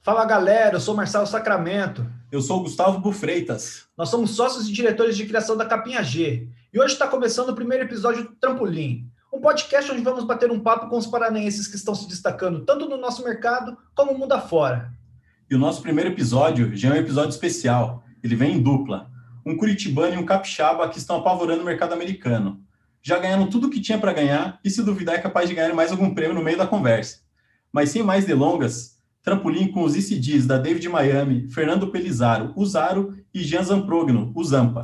Fala galera, eu sou Marcelo Sacramento. Eu sou o Gustavo Bufreitas. Nós somos sócios e diretores de criação da Capinha G. E hoje está começando o primeiro episódio do Trampolim, um podcast onde vamos bater um papo com os paranaenses que estão se destacando tanto no nosso mercado como no mundo afora. E o nosso primeiro episódio já é um episódio especial. Ele vem em dupla. Um curitibano e um capixaba que estão apavorando o mercado americano. Já ganharam tudo o que tinha para ganhar e, se duvidar, é capaz de ganhar mais algum prêmio no meio da conversa. Mas sem mais delongas, Trampolim com os ICDs da David Miami, Fernando Pelizaro, o Zaro e Jean Zamprogno, o Zampa.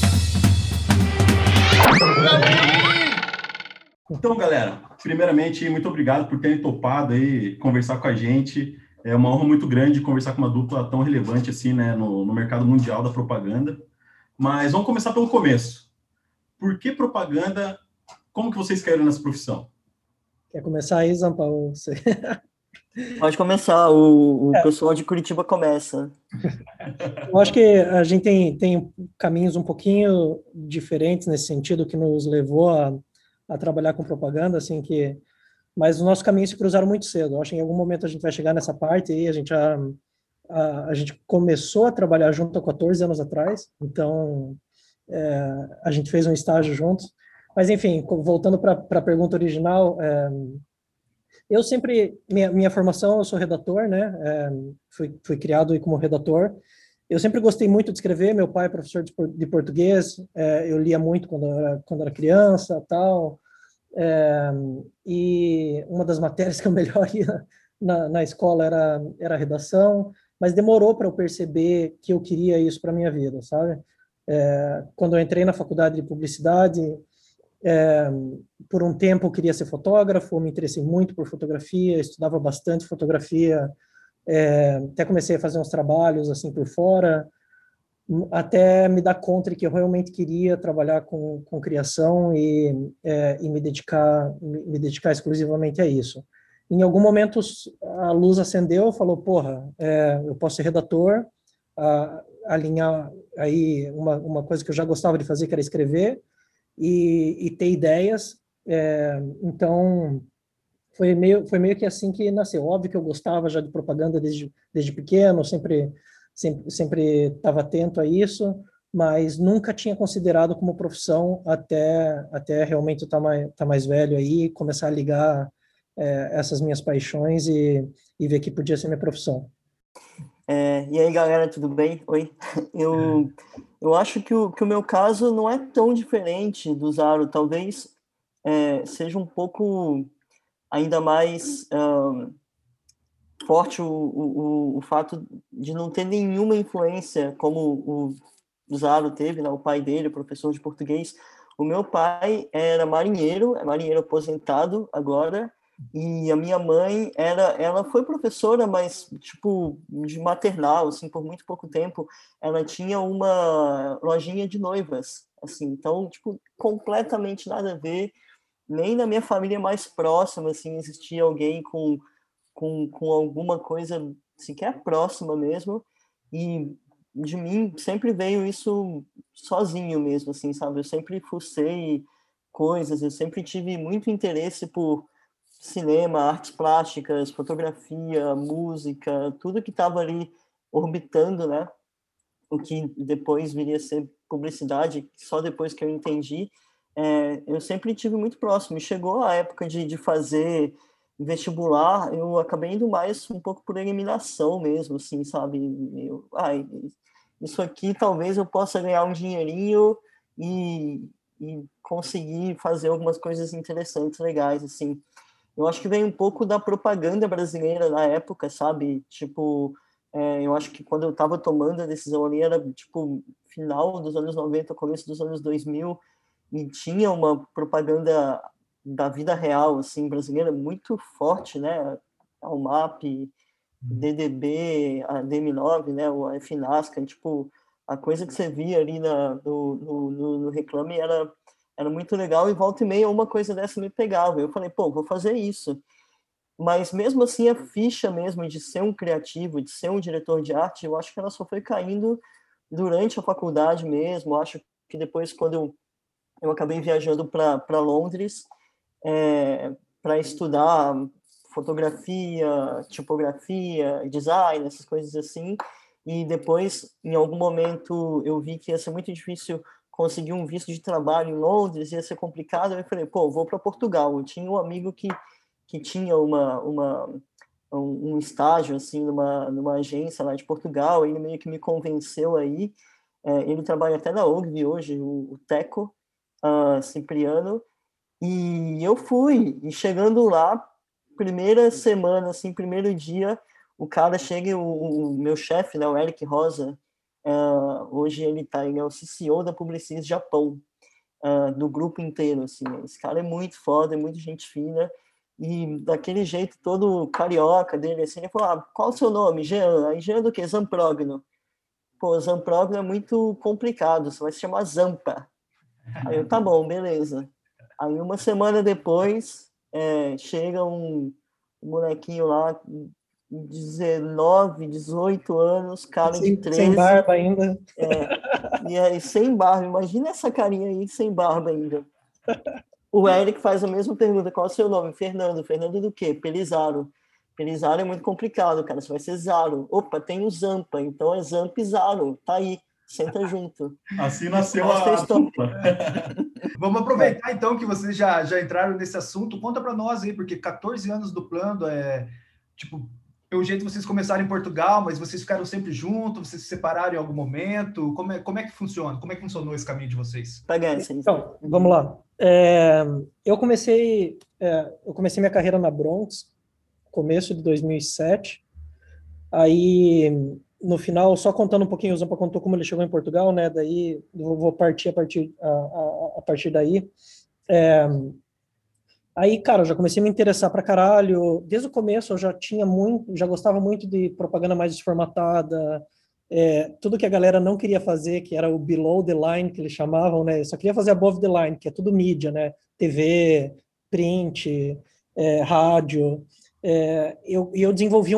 Então, galera, primeiramente, muito obrigado por terem topado aí conversar com a gente. É uma honra muito grande conversar com uma dupla tão relevante assim, né, no mercado mundial da propaganda. Mas vamos começar pelo começo. Por que propaganda? Como que vocês caíram nessa profissão? Quer começar aí, Zampa? Você... Pode começar, o pessoal de Curitiba começa. Eu acho que a gente tem caminhos um pouquinho diferentes nesse sentido que nos levou a trabalhar com propaganda, assim, mas os nossos caminhos se cruzaram muito cedo. Eu acho que em algum momento a gente vai chegar nessa parte aí, a gente começou a trabalhar junto há 14 anos atrás, então a gente fez um estágio juntos. Mas, enfim, voltando para a pergunta original, eu sempre, minha formação, eu sou redator, né? Fui criado como redator. Eu sempre gostei muito de escrever. Meu pai é professor de português. Eu lia muito quando era criança, tal. E uma das matérias que eu melhor ia na escola era redação. Mas demorou para eu perceber que eu queria isso para minha vida, sabe? Quando eu entrei na faculdade de publicidade, por um tempo eu queria ser fotógrafo, me interessei muito por fotografia, estudava bastante fotografia, até comecei a fazer uns trabalhos assim por fora, até me dar conta de que eu realmente queria trabalhar com criação e me dedicar exclusivamente a isso. Em algum momento a luz acendeu, falou, porra, eu posso ser redator, alinhar aí uma coisa que eu já gostava de fazer, que era escrever, e ter ideias. Então foi meio que assim que nasceu. Óbvio que eu gostava já de propaganda desde pequeno, sempre estava atento a isso, mas nunca tinha considerado como profissão até realmente estar mais velho aí, começar a ligar essas minhas paixões e ver que podia ser minha profissão. E aí, galera, tudo bem? Oi. Eu acho que o meu caso não é tão diferente do Zaro. Talvez seja um pouco ainda mais forte o fato de não ter nenhuma influência como o Zaro teve, né? O pai dele, professor de português. O meu pai era marinheiro, é marinheiro aposentado agora, e a minha mãe ela foi professora, mas tipo de maternal, assim, por muito pouco tempo. Ela tinha uma lojinha de noivas, assim, então tipo completamente nada a ver. Nem na minha família mais próxima, assim, existia alguém com alguma coisa sequer próxima mesmo. E de mim sempre veio isso sozinho mesmo, assim, sabe? Eu sempre fucei coisas, eu sempre tive muito interesse por cinema, artes plásticas, fotografia, música, tudo que estava ali orbitando, né? O que depois viria a ser publicidade, só depois que eu entendi, eu sempre tive muito próximo. E chegou a época de fazer vestibular, eu acabei indo mais um pouco por eliminação mesmo, assim, sabe? Isso aqui talvez eu possa ganhar um dinheirinho e conseguir fazer algumas coisas interessantes, legais, assim. Eu acho que vem um pouco da propaganda brasileira na época, sabe? Tipo, eu acho que quando eu estava tomando a decisão ali era, tipo, final dos anos 90, começo dos anos 2000, e tinha uma propaganda da vida real, assim, brasileira muito forte, né? A UMAP, DDB, a DM9, né? A FNASCA, tipo, a coisa que você via ali no Reclame era muito legal, e volta e meia uma coisa dessa me pegava. Eu falei, pô, vou fazer isso. Mas mesmo assim, a ficha mesmo de ser um criativo, de ser um diretor de arte, eu acho que ela só foi caindo durante a faculdade mesmo. Eu acho que depois, quando eu acabei viajando para Londres para estudar fotografia, tipografia, design, essas coisas assim. E depois, em algum momento, eu vi que ia ser muito difícil conseguir um visto de trabalho em Londres, ia ser complicado. Eu falei, pô, vou para Portugal. Eu tinha um amigo que tinha um estágio assim numa agência lá de Portugal. Ele meio que me convenceu aí. Ele trabalha até na OGV hoje, o Teco, Cipriano. E eu fui, e chegando lá, primeira semana, assim, primeiro dia, o cara chega, o meu chefe, né, o Eric Rosa, hoje ele é o CCO da Publicis Japão, do grupo inteiro, assim. Esse cara é muito foda, é muito gente fina, e daquele jeito todo carioca dele, assim, ele falou, qual o seu nome, Jean? Aí, Jean do quê? Zamprogno. Pô, Zamprogno é muito complicado, você vai se chamar Zampa. Aí eu, tá bom, beleza. Aí uma semana depois, chega um molequinho lá, 19, 18 anos, cara de 13. Sem barba ainda. E aí, sem barba. Imagina essa carinha aí, sem barba ainda. O Eric faz a mesma pergunta, qual é o seu nome? Fernando. Fernando do quê? Pelizaro. Pelizaro é muito complicado, cara, você vai ser Zaro. Opa, tem o Zampa, então é Zampa e Zaro. Tá aí, senta junto. Assim nasceu a dupla. Vamos aproveitar, então, que vocês já entraram nesse assunto. Conta para nós aí, porque 14 anos duplando tipo, pelo jeito vocês começaram em Portugal, mas vocês ficaram sempre juntos, vocês se separaram em algum momento. Como é que funciona? Como é que funcionou esse caminho de vocês? Então, vamos lá. Eu comecei minha carreira na Bronx, começo de 2007. Aí, no final, só contando um pouquinho, o Zampa contou como ele chegou em Portugal, né? Daí, eu vou partir a partir daí. Aí, cara, eu já comecei a me interessar pra caralho. Desde o começo, eu já gostava muito de propaganda mais desformatada, tudo que a galera não queria fazer, que era o below the line, que eles chamavam, né? Eu só queria fazer above the line, que é tudo mídia, né? TV, print, rádio. Eu desenvolvi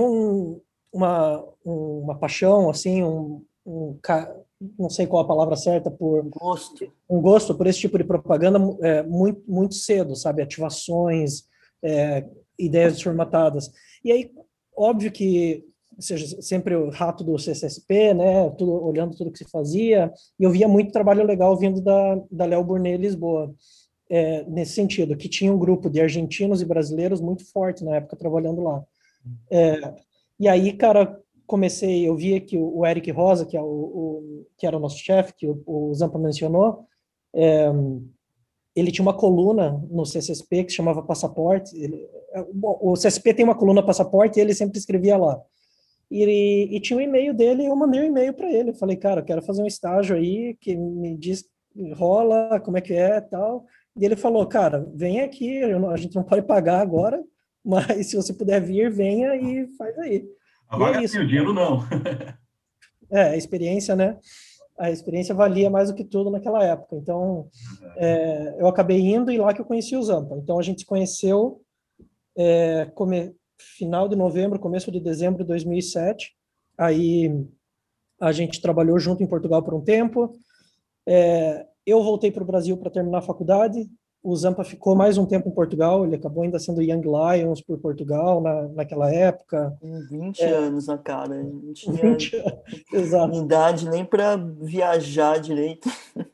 uma paixão, assim, não sei qual a palavra certa, um gosto por esse tipo de propaganda muito, muito cedo, sabe? Ativações, ideias desformatadas. E aí, óbvio que, seja, sempre o rato do CCSP, né? Olhando tudo que se fazia, e eu via muito trabalho legal vindo da Léo Burnet Lisboa, nesse sentido, que tinha um grupo de argentinos e brasileiros muito forte na época trabalhando lá. E aí, cara, eu via que o Eric Rosa, que era o nosso chefe, que o Zampa mencionou, ele tinha uma coluna no CCSP que se chamava Passaporte. O CCSP tem uma coluna Passaporte e ele sempre escrevia lá. E tinha um e-mail dele, eu mandei um e-mail para ele. Eu falei, cara, eu quero fazer um estágio aí, que me diz, rola, como é que é, tal. E ele falou, cara, vem aqui, a gente não pode pagar agora, mas se você puder vir, venha e faz aí. A vaga tem, o dinheiro não. A experiência, né? A experiência valia mais do que tudo naquela época. Então, eu acabei indo e lá que eu conheci o Zampa. Então, a gente se conheceu final de novembro, começo de dezembro de 2007. Aí, a gente trabalhou junto em Portugal por um tempo. Eu voltei para o Brasil para terminar a faculdade. O Zampa ficou mais um tempo em Portugal, ele acabou ainda sendo Young Lions por Portugal naquela época. 20 anos na cara, não tinha 20 anos, exato. idade nem para viajar direito.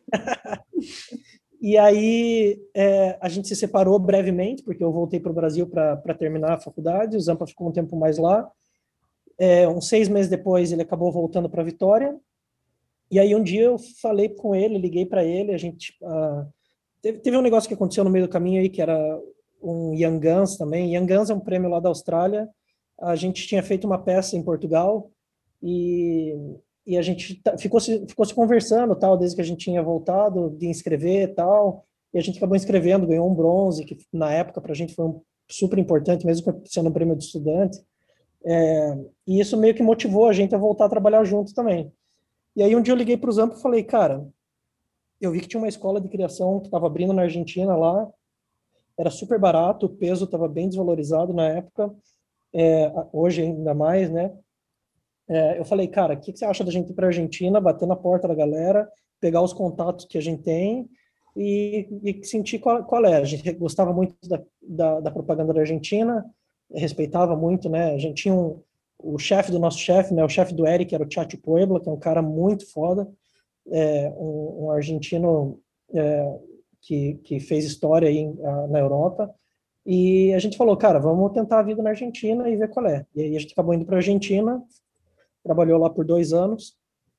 E aí a gente se separou brevemente, porque eu voltei para o Brasil para terminar a faculdade, o Zampa ficou um tempo mais lá. Uns 6 meses depois ele acabou voltando para Vitória, e aí um dia eu falei com ele, liguei para ele, a gente... Teve um negócio que aconteceu no meio do caminho aí, que era um Young Guns também. Young Guns é um prêmio lá da Austrália. A gente tinha feito uma peça em Portugal e a gente ficou se conversando, tal, desde que a gente tinha voltado de inscrever e tal. E a gente acabou inscrevendo, ganhou um bronze, que na época para a gente foi super importante, mesmo sendo um prêmio de estudante. E isso meio que motivou a gente a voltar a trabalhar junto também. E aí um dia eu liguei para o Zampa e falei, cara... Eu vi que tinha uma escola de criação que estava abrindo na Argentina lá, era super barato, o peso estava bem desvalorizado na época, hoje ainda mais, né? Eu falei, cara, o que você acha da gente ir para a Argentina, bater na porta da galera, pegar os contatos que a gente tem e sentir qual é. A gente gostava muito da propaganda da Argentina, respeitava muito, né? A gente tinha o chefe do nosso chefe, né? O chefe do Eric era o Chacho Puebla, que é um cara muito foda, um argentino que fez história aí na Europa. E a gente falou, cara, vamos tentar a vida na Argentina e ver qual é. E aí a gente acabou indo para a Argentina, trabalhou lá por 2 anos.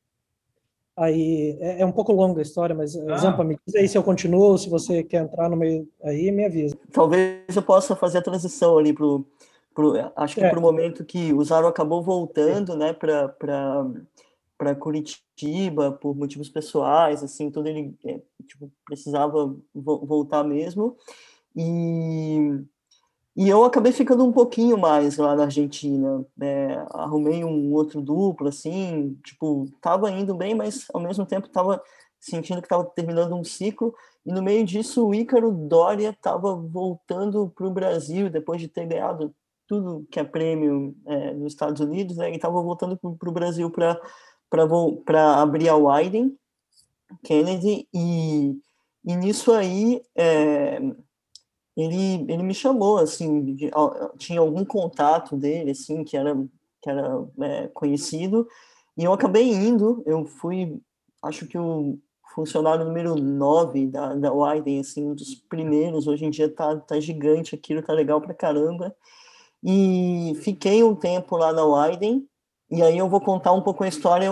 Aí é um pouco longa a história, mas Zampa, me diz aí se eu continuo, se você quer entrar no meio aí, me avisa. Talvez eu possa fazer a transição ali acho que pro momento que o Zaro acabou voltando, né, para Curitiba por motivos pessoais, assim, tudo ele tipo, precisava voltar mesmo. E eu acabei ficando um pouquinho mais lá na Argentina, arrumei um outro duplo, assim, tipo, tava indo bem, mas ao mesmo tempo tava sentindo que tava terminando um ciclo, e no meio disso o Ícaro Doria tava voltando para o Brasil, depois de ter ganhado tudo que é prêmio nos Estados Unidos, né, e tava voltando para o Brasil para abrir a Widen Kennedy, e nisso aí ele me chamou, assim, tinha algum contato dele, assim, que era conhecido, e eu acabei indo, eu fui, acho que o funcionário número 9 da Widen, assim, um dos primeiros, hoje em dia tá gigante, aquilo tá legal pra caramba, e fiquei um tempo lá na Widen, e aí eu vou contar um pouco a história,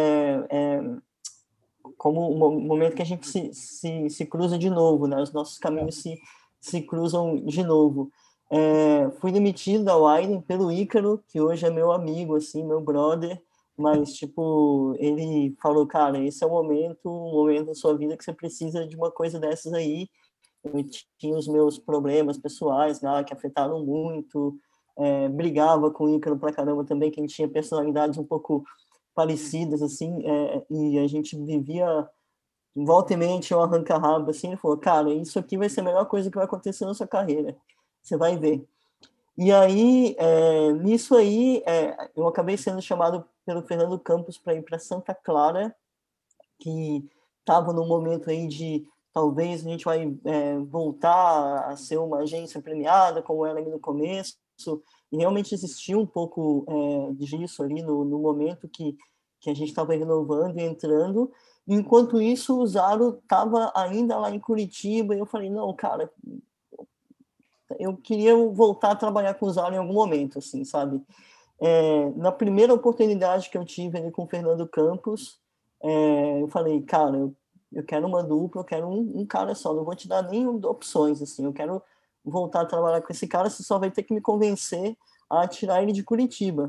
como o momento que a gente se cruza de novo, né? Os nossos caminhos se cruzam de novo. Fui demitido da Widen pelo Ícaro, que hoje é meu amigo, assim, meu brother, mas, tipo, ele falou, cara, esse é um momento da sua vida que você precisa de uma coisa dessas aí. Eu tinha os meus problemas pessoais lá, que afetaram muito, brigava com o Ícaro pra caramba também, que a gente tinha personalidades um pouco parecidas, assim, e a gente vivia volta e meia tinha um arranca-rabo, assim, ele falou, cara, isso aqui vai ser a melhor coisa que vai acontecer na sua carreira, você vai ver. E aí, nisso aí, eu acabei sendo chamado pelo Fernando Campos para ir para Santa Clara, que estava no momento aí de, talvez a gente vai voltar a ser uma agência premiada, como era ali no começo, e realmente existia um pouco disso ali no momento que a gente estava renovando e entrando. Enquanto isso, o Zaro estava ainda lá em Curitiba, e eu falei, não, cara, eu queria voltar a trabalhar com o Zaro em algum momento, assim, sabe? Na primeira oportunidade que eu tive ali com o Fernando Campos, eu falei, cara, eu quero uma dupla, eu quero um cara só, não vou te dar nem opções, assim, eu quero voltar a trabalhar com esse cara, você só vai ter que me convencer a tirar ele de Curitiba.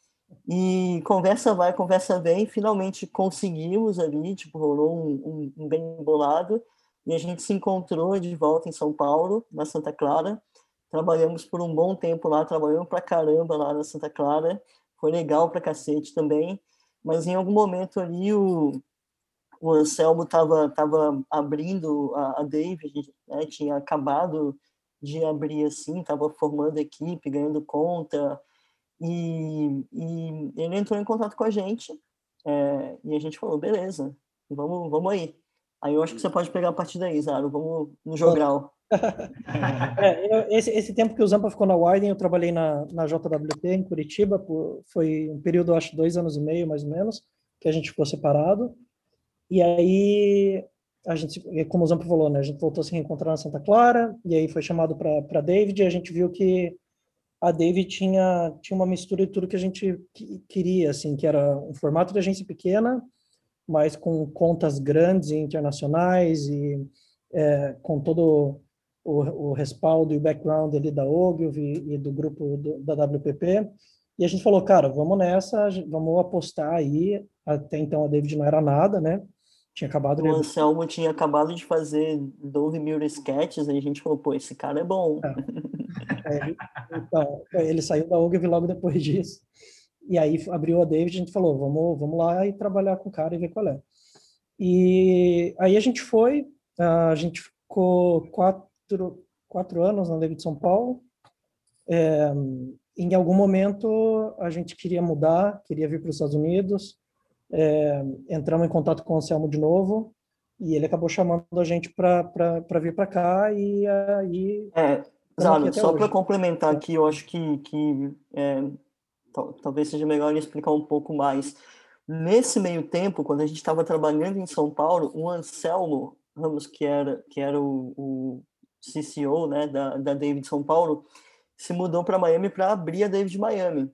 E conversa vai, conversa vem, finalmente conseguimos ali, tipo, rolou um bem bolado, e a gente se encontrou de volta em São Paulo, na Santa Clara, trabalhamos por um bom tempo lá, trabalhamos pra caramba lá na Santa Clara, foi legal pra cacete também, mas em algum momento ali o Anselmo tava abrindo a David, né, tinha acabado de abrir assim, tava formando equipe, ganhando conta, e ele entrou em contato com a gente, e a gente falou, beleza, vamos aí. Aí eu acho que você pode pegar a partir daí, Zaro, vamos no jogral. Esse tempo que o Zampa ficou na Widen, eu trabalhei na JWT em Curitiba, foi um período, acho, 2 anos e meio, mais ou menos, que a gente ficou separado. E aí, a gente, como o Zampa falou, né, a gente voltou a se reencontrar na Santa Clara, e aí foi chamado para David, e a gente viu que a David tinha uma mistura de tudo que a gente queria, assim, que era um formato de agência pequena, mas com contas grandes e internacionais e com todo o respaldo e o background ali da Ogilvy e do grupo da WPP. E a gente falou, cara, vamos nessa, vamos apostar aí. Até então a David não era nada, né? Tinha acabado O Anselmo tinha acabado de fazer 12.000 sketches, e a gente falou, pô, esse cara é bom. Então, ele saiu da Ogilvy logo depois disso. E aí abriu a David, a gente falou, vamos lá e trabalhar com o cara e ver qual é. E aí a gente ficou 4 anos na David São Paulo. Em algum momento a gente queria mudar, queria vir para os Estados Unidos. Entramos em contato com o Anselmo de novo e ele acabou chamando a gente para vir para cá e aí Zaro, só para complementar aqui, eu acho que talvez seja melhor explicar um pouco mais. Nesse meio tempo, quando a gente estava trabalhando em São Paulo, o Anselmo Ramos, que era o CCO, né, da David São Paulo, se mudou para Miami para abrir a David Miami.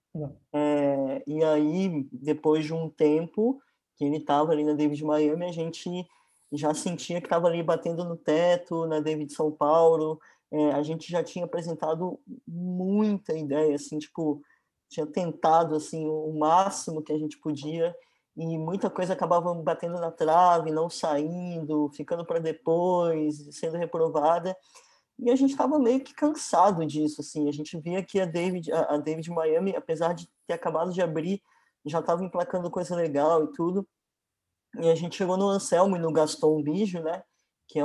E aí, depois de um tempo que ele estava ali na David Miami, a gente já sentia que estava ali batendo no teto na David São Paulo. A gente já tinha apresentado muita ideia, assim, tipo, tinha tentado assim o máximo que a gente podia e muita coisa acabava batendo na trave, não saindo, ficando para depois, sendo reprovada. E a gente estava meio que cansado disso, assim. A gente via que a David Miami, apesar de ter acabado de abrir, já estava emplacando coisa legal e tudo. E a gente chegou no Anselmo e no Gaston Biggio, né? Que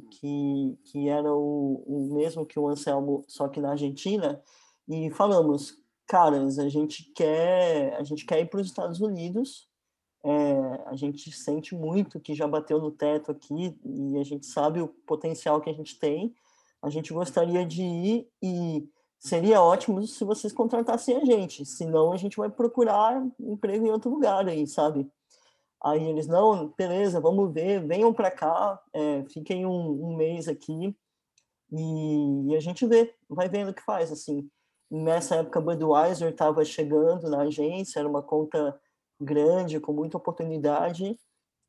era o mesmo que o Anselmo, só que na Argentina. E falamos, caras, a gente quer ir para os Estados Unidos. A gente sente muito que já bateu no teto aqui e a gente sabe o potencial que a gente tem. A gente gostaria de ir e seria ótimo se vocês contratassem a gente. Senão a gente vai procurar emprego em outro lugar aí, sabe? Aí eles, não, beleza, vamos ver, venham para cá, fiquem um mês aqui e a gente vai vendo o que faz, assim. Nessa época, Budweiser estava chegando na agência, era uma conta grande, com muita oportunidade.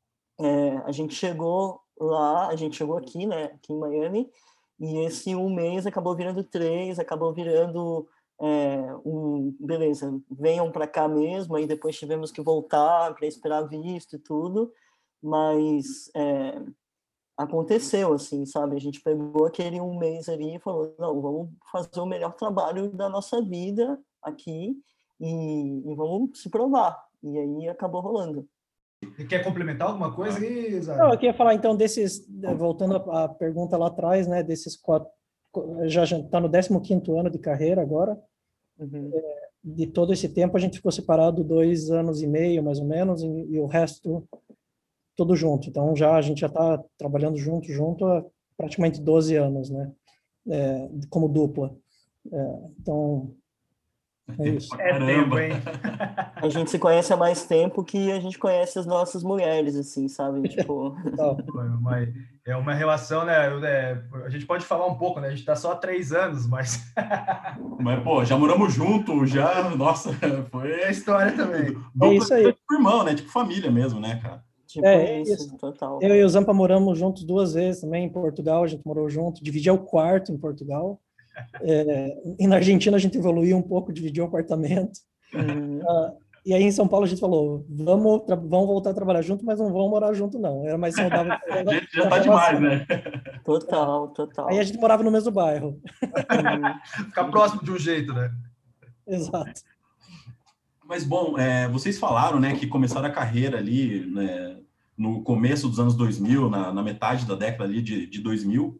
A gente chegou lá, a gente chegou aqui, né, aqui em Miami, e esse um mês acabou virando 3, acabou virando beleza, venham para cá mesmo, aí depois tivemos que voltar para esperar visto e tudo, mas aconteceu, assim, sabe? A gente pegou aquele um mês ali e falou, não, vamos fazer o melhor trabalho da nossa vida aqui e vamos se provar. E aí acabou rolando. Você quer complementar alguma coisa aí, Zara? Não, eu queria falar, então, voltando à pergunta lá atrás, né, desses 4, já está no 15º ano de carreira agora. Uhum. De todo esse tempo, a gente ficou separado 2 anos e meio, mais ou menos, e o resto tudo junto. Então, a gente já está trabalhando junto há praticamente 12 anos, né, como dupla. Então, é isso. Tempo, hein? A gente se conhece há mais tempo que a gente conhece as nossas mulheres, assim, sabe? Tipo... É uma relação, né? A gente pode falar um pouco, né? A gente tá só há 3 anos, mas... Mas, pô, já moramos juntos, já... Nossa, foi a história também. É isso aí. Tipo irmão, né? Tipo família mesmo, né, cara? Tipo isso, total. Eu e o Zampa moramos juntos 2 vezes também em Portugal, a gente morou junto, dividia o quarto em Portugal. E na Argentina a gente evoluiu um pouco, dividiu o apartamento. E aí em São Paulo a gente falou, vamos voltar a trabalhar junto, mas não vamos morar junto não. Era mais saudável. Já tá demais, né? Total. Aí a gente morava no mesmo bairro. Ficar próximo de um jeito, né? Exato. Mas, bom, vocês falaram, né, que começaram a carreira ali, né, no começo dos anos 2000, na metade da década ali de 2000,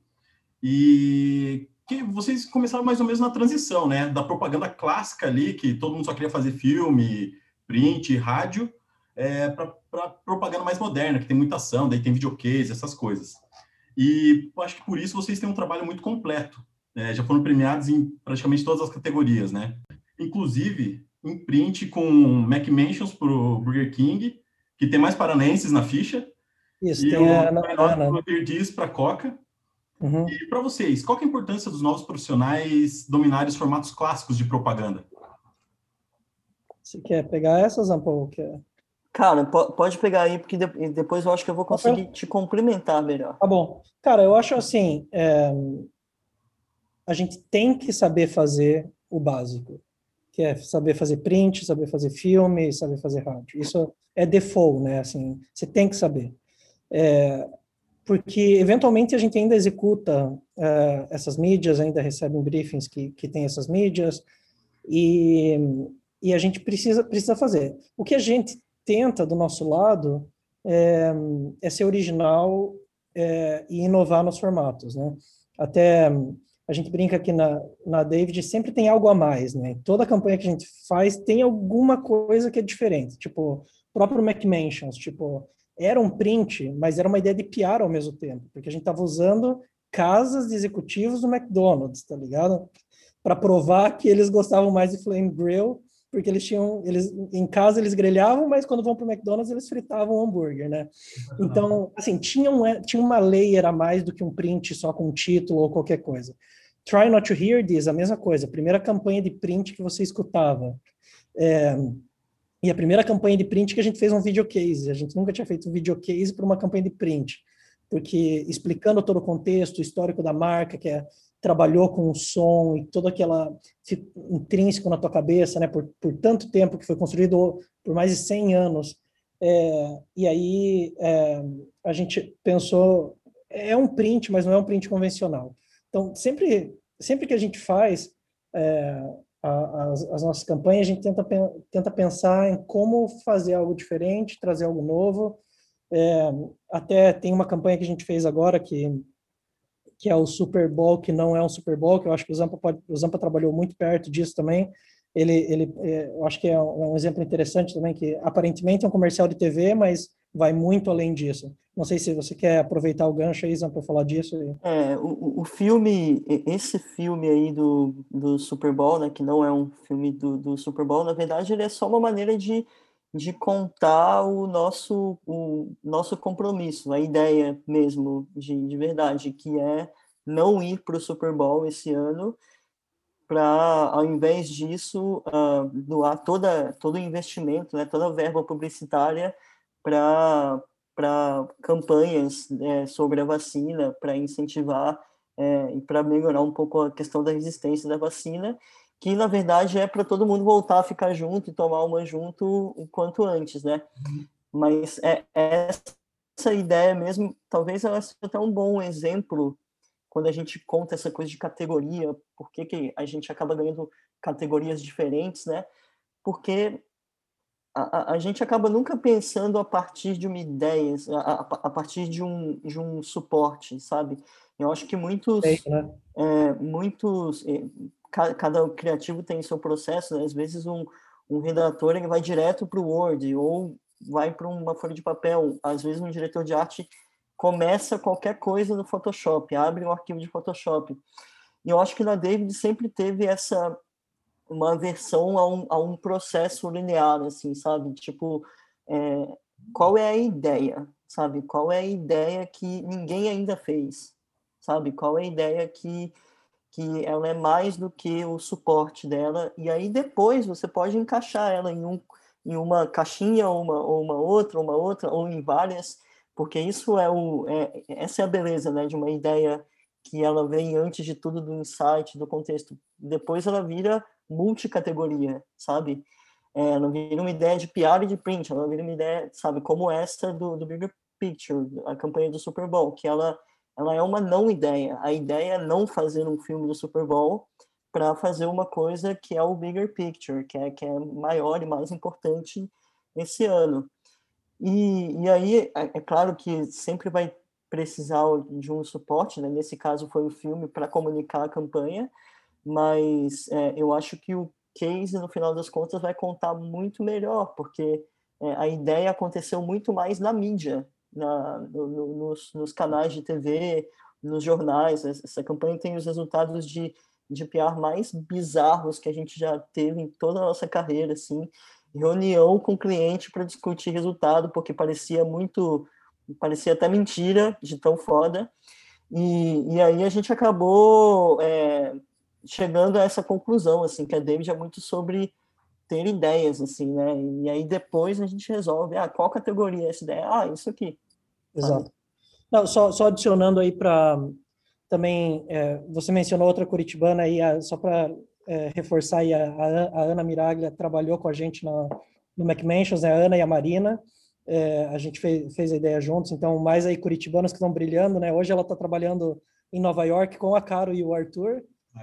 e que vocês começaram mais ou menos na transição, né, da propaganda clássica ali, que todo mundo só queria fazer filme, print, rádio, para propaganda mais moderna, que tem muita ação, daí tem videocase, essas coisas. E eu acho que por isso vocês têm um trabalho muito completo. Já foram premiados em praticamente todas as categorias, né? Inclusive, em print com Mac Mentions para o Burger King, que tem mais paranenses na ficha. Isso, e tem o menor Diz para Coca. Uhum. E para vocês, qual que é a importância dos novos profissionais dominarem os formatos clássicos de propaganda? Você quer pegar essa, Zampol? Cara, pode pegar aí, porque depois eu acho que eu vou conseguir te complementar melhor. Tá bom. Cara, eu acho assim, a gente tem que saber fazer o básico, que é saber fazer print, saber fazer filme, saber fazer rádio. Isso é default, né? Assim, você tem que saber. Porque, eventualmente, a gente ainda executa essas mídias, ainda recebe briefings que tem essas mídias, e a gente precisa fazer. O que a gente tenta, do nosso lado, é ser original e inovar nos formatos, né? Até a gente brinca que na David sempre tem algo a mais, né? Toda campanha que a gente faz tem alguma coisa que é diferente. Tipo, o próprio Mac Mentions, tipo, era um print, mas era uma ideia de PR ao mesmo tempo, porque a gente estava usando casas de executivos do McDonald's, tá ligado? Para provar que eles gostavam mais de Flame Grill, porque em casa eles grelhavam, mas quando vão para o McDonald's eles fritavam o hambúrguer, né? Então, assim, tinha uma layer a mais do que um print só com um título ou qualquer coisa. Try Not to Hear This, a mesma coisa, a primeira campanha de print que você escutava. E a primeira campanha de print que a gente fez um videocase, a gente nunca tinha feito um videocase para uma campanha de print, porque explicando todo o contexto, o histórico da marca, trabalhou com o som e todo aquela intrínseco na tua cabeça, né, por tanto tempo, que foi construído por mais de 100 anos. E aí a gente pensou, é um print, mas não é um print convencional. Então, sempre que a gente faz as nossas campanhas, a gente tenta pensar em como fazer algo diferente, trazer algo novo. Até tem uma campanha que a gente fez agora que é o Super Bowl, que não é um Super Bowl, que eu acho que o Zampa trabalhou muito perto disso também. Eu acho que é um exemplo interessante também, que aparentemente é um comercial de TV, mas vai muito além disso. Não sei se você quer aproveitar o gancho aí, Zampa, para falar disso. O filme, esse filme aí do Super Bowl, né, que não é um filme do Super Bowl, na verdade ele é só uma maneira de contar o nosso compromisso, a ideia mesmo de verdade, que é não ir para o Super Bowl esse ano, para, ao invés disso, doar todo o investimento, né, toda a verba publicitária para campanhas sobre a vacina, para incentivar e para melhorar um pouco a questão da resistência da vacina, que, na verdade, é para todo mundo voltar a ficar junto e tomar uma junto o quanto antes, né? Mas essa ideia mesmo, talvez ela seja até um bom exemplo quando a gente conta essa coisa de categoria, por que a gente acaba ganhando categorias diferentes, né? Porque a gente acaba nunca pensando a partir de uma ideia, a partir de um suporte, sabe? Eu acho que cada criativo tem seu processo, né? Às vezes um redator ele vai direto para o Word ou vai para uma folha de papel. Às vezes um diretor de arte começa qualquer coisa no Photoshop, abre um arquivo de Photoshop. E eu acho que na David sempre teve uma aversão a um processo linear, assim, sabe? Tipo, qual é a ideia, sabe? Qual é a ideia que ninguém ainda fez, sabe? Qual é a ideia que ela é mais do que o suporte dela, e aí depois você pode encaixar ela em uma caixinha, ou uma outra, ou em várias, porque essa é a beleza, né, de uma ideia que ela vem antes de tudo do insight, do contexto. Depois ela vira multicategoria, sabe? Ela vira uma ideia de PR e de print, ela vira uma ideia, sabe, como essa do Bigger Picture, a campanha do Super Bowl, que ela é uma não ideia. A ideia é não fazer um filme do Super Bowl para fazer uma coisa que é o Bigger Picture, que é maior e mais importante esse ano. E aí, é claro que sempre vai precisar de um suporte, né? Nesse caso foi o filme para comunicar a campanha, mas eu acho que o case, no final das contas, vai contar muito melhor, porque a ideia aconteceu muito mais na mídia, nos canais de TV, nos jornais. Essa campanha tem os resultados de PR mais bizarros que a gente já teve em toda a nossa carreira, assim, reunião com o cliente para discutir resultado, porque parecia até mentira de tão foda, e aí a gente acabou chegando a essa conclusão, assim, que a David é muito sobre ter ideias, assim, né? E aí depois a gente resolve, qual categoria é essa ideia? Isso aqui. Exato. Sabe? Não, só adicionando aí para também, você mencionou outra curitibana aí, só para reforçar aí, a Ana Miraglia trabalhou com a gente no McMansions, né? A Ana e a Marina, a gente fez a ideia juntos, então mais aí curitibanos que estão brilhando, né? Hoje ela está trabalhando em Nova York com a Caro e o Arthur,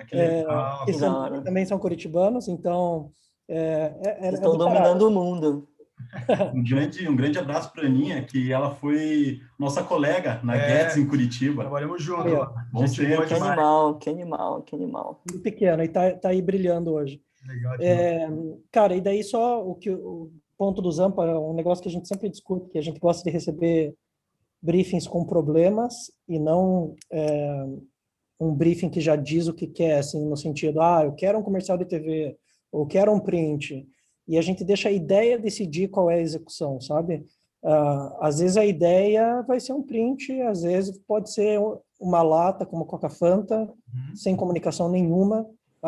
que também são curitibanos, então estão dominando o mundo. Um grande abraço para a Aninha, que ela foi nossa colega na Guedes em Curitiba. Trabalhamos juntos lá. Bom tempo. Que animal. Muito pequeno, e tá aí brilhando hoje. Legal, cara, e daí só o ponto do Zampa, um negócio que a gente sempre discute, que a gente gosta de receber briefings com problemas e não um briefing que já diz o que quer, assim, no sentido, eu quero um comercial de TV, ou quero um print, e a gente deixa a ideia decidir qual é a execução, sabe? Às vezes a ideia vai ser um print, às vezes pode ser uma lata como Coca Fanta, sem comunicação nenhuma,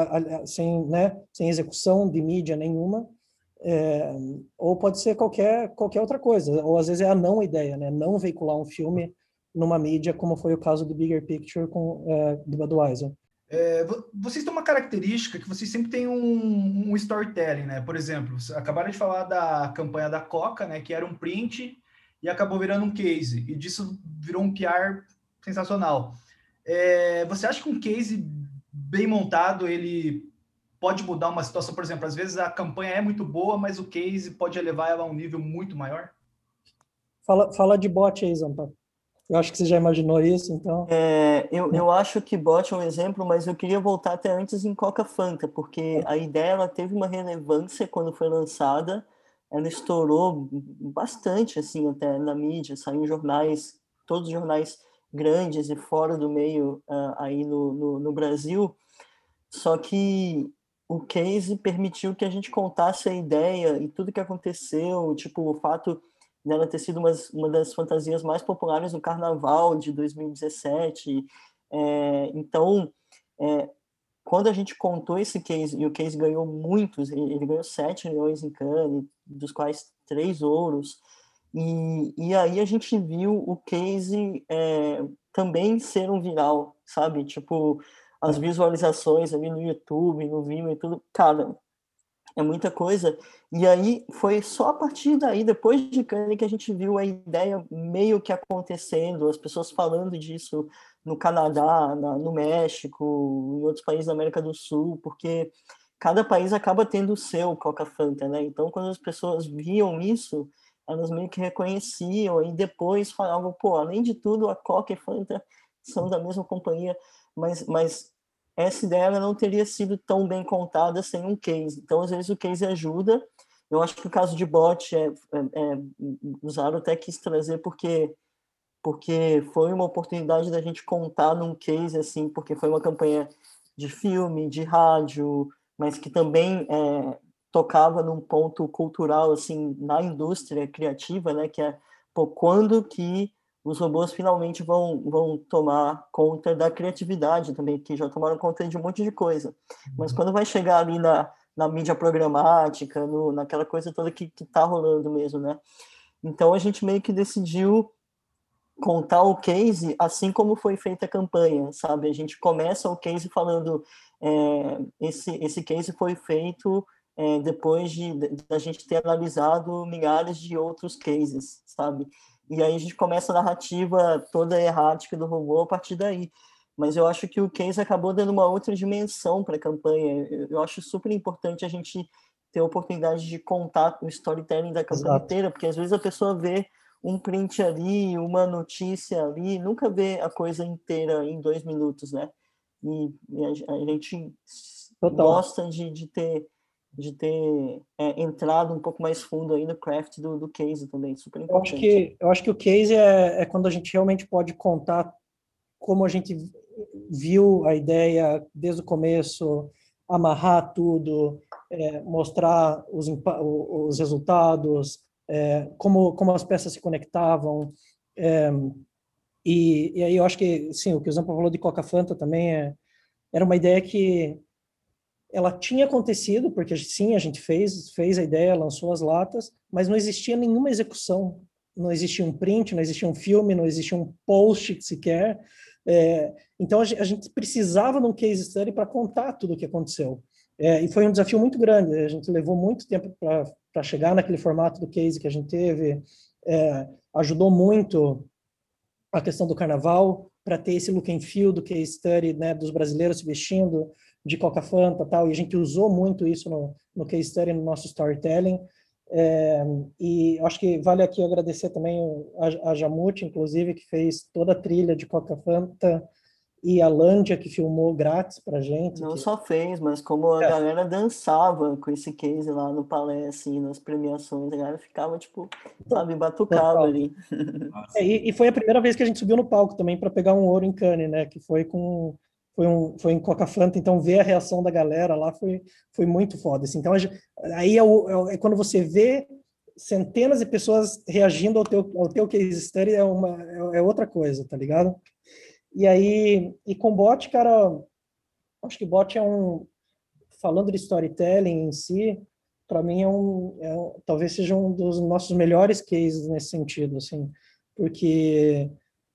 sem execução de mídia nenhuma, ou pode ser qualquer outra coisa, ou às vezes é a não ideia, né? Não veicular um filme numa mídia, como foi o caso do Bigger Picture do Budweiser. Vocês têm uma característica que vocês sempre têm um storytelling, né? Por exemplo, acabaram de falar da campanha da Coca, né? Que era um print e acabou virando um case, e disso virou um PR sensacional. Você acha que um case bem montado, ele pode mudar uma situação? Por exemplo, às vezes a campanha é muito boa, mas o case pode elevar ela a um nível muito maior? Fala de bot aí, Zampa. Eu acho que você já imaginou isso, então... Eu acho que bot é um exemplo, mas eu queria voltar até antes em Coca Fanta, porque a ideia ela teve uma relevância quando foi lançada, ela estourou bastante, assim, até na mídia, saiu em jornais, todos os jornais grandes e fora do meio aí no Brasil, só que o case permitiu que a gente contasse a ideia e tudo que aconteceu, tipo, o fato dela ter sido uma das fantasias mais populares do Carnaval de 2017. Então, quando a gente contou esse case, e o case ganhou muitos, ele ganhou 7 milhões em Cannes, dos quais 3 ouros, e aí a gente viu o case também ser um viral, sabe? Tipo, as visualizações ali no YouTube, no Vimeo e tudo, cara, é muita coisa. E aí foi só a partir daí, depois de Cannes, que a gente viu a ideia meio que acontecendo, as pessoas falando disso no Canadá, no México, em outros países da América do Sul, porque cada país acaba tendo o seu Coca Fanta, né? Então, quando as pessoas viam isso, elas meio que reconheciam e depois falavam, pô, além de tudo, a Coca e a Fanta são da mesma companhia, mas essa ideia não teria sido tão bem contada sem um case. Então, às vezes, o case ajuda. Eu acho que o caso de bot o Zaro até quis trazer porque foi uma oportunidade da gente contar num case, assim, porque foi uma campanha de filme, de rádio, mas que também tocava num ponto cultural, assim, na indústria criativa, né, que quando que os robôs finalmente vão tomar conta da criatividade também, que já tomaram conta de um monte de coisa. Mas quando vai chegar ali na mídia programática, naquela coisa toda que tá rolando mesmo, né? Então a gente meio que decidiu contar o case assim como foi feita a campanha, sabe? A gente começa o case falando esse case foi feito depois da gente ter analisado milhares de outros cases, sabe? E aí a gente começa a narrativa toda errática do robô a partir daí. Mas eu acho que o case acabou dando uma outra dimensão para a campanha. Eu acho super importante a gente ter a oportunidade de contar o storytelling da campanha inteira, porque às vezes a pessoa vê um print ali, uma notícia ali, nunca vê a coisa inteira em 2 minutos, né? E a gente gosta de ter entrado um pouco mais fundo aí no craft do case também, super importante. Eu acho que o case é quando a gente realmente pode contar como a gente viu a ideia desde o começo, amarrar tudo, mostrar os resultados, como as peças se conectavam. E aí eu acho que, sim, o que o Zampa falou de Coca Fanta também era uma ideia que ela tinha acontecido, porque sim, a gente fez a ideia, lançou as latas, mas não existia nenhuma execução, não existia um print, não existia um filme, não existia um post sequer. Então a gente precisava de um case study para contar tudo o que aconteceu. E foi um desafio muito grande, a gente levou muito tempo para chegar naquele formato do case que a gente teve. Ajudou muito a questão do carnaval, para ter esse look and feel do case study, né, dos brasileiros se vestindo de Coca Fanta e tal, e a gente usou muito isso no case study, no nosso storytelling. E acho que vale aqui agradecer também a Jamute, inclusive, que fez toda a trilha de Coca Fanta, e a Lândia, que filmou grátis pra gente. Não só fez, mas como a galera dançava com esse case lá no Palais, assim, nas premiações, a galera ficava, tipo, sabe, batucava ali. E foi a primeira vez que a gente subiu no palco também para pegar um ouro em Cannes, né? Que foi em Coca Fanta, então ver a reação da galera lá foi muito foda. Assim. Então aí é quando você vê centenas de pessoas reagindo ao teu case study é outra coisa, tá ligado? E aí com bot, cara, acho que bot falando de storytelling em si, para mim talvez seja um dos nossos melhores cases nesse sentido, assim, porque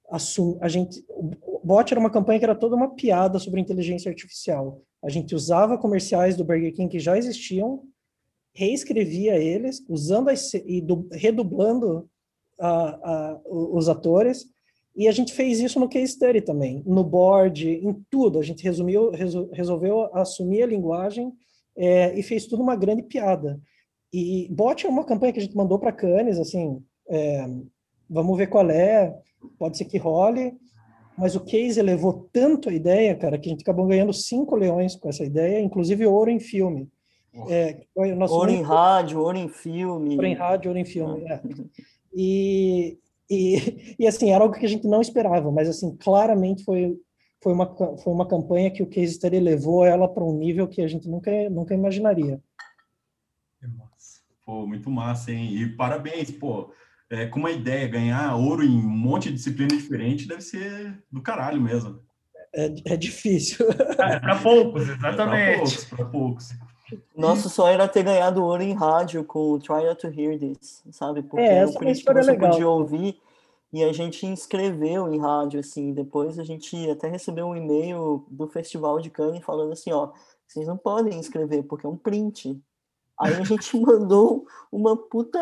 o bot era uma campanha que era toda uma piada sobre inteligência artificial. A gente usava comerciais do Burger King que já existiam, reescrevia eles, usando redublando os atores, e a gente fez isso no case study também, no board, em tudo. A gente resolveu assumir a linguagem e fez tudo uma grande piada. E bot é uma campanha que a gente mandou para Cannes, assim, vamos ver qual é, pode ser que role, mas o case levou tanto a ideia, cara, que a gente acabou ganhando 5 leões com essa ideia, inclusive ouro em filme. Ouro em rádio, ouro em filme. Ouro em rádio, ouro em filme, E assim, era algo que a gente não esperava, mas assim, claramente foi uma campanha que o case study levou ela para um nível que a gente nunca imaginaria. Pô, muito massa, hein? E parabéns, pô. Com uma ideia, ganhar ouro em um monte de disciplina diferente deve ser do caralho mesmo. É difícil. Para poucos, exatamente. Para poucos. Nosso sonho era ter ganhado ouro em rádio com o Try Not to Hear This, sabe? Porque era essa um é uma print que história você legal. podia ouvir e a gente inscreveu em rádio, assim. Depois a gente até recebeu um e-mail do Festival de Cannes falando assim, ó, vocês não podem inscrever porque é um print. Aí a gente mandou uma puta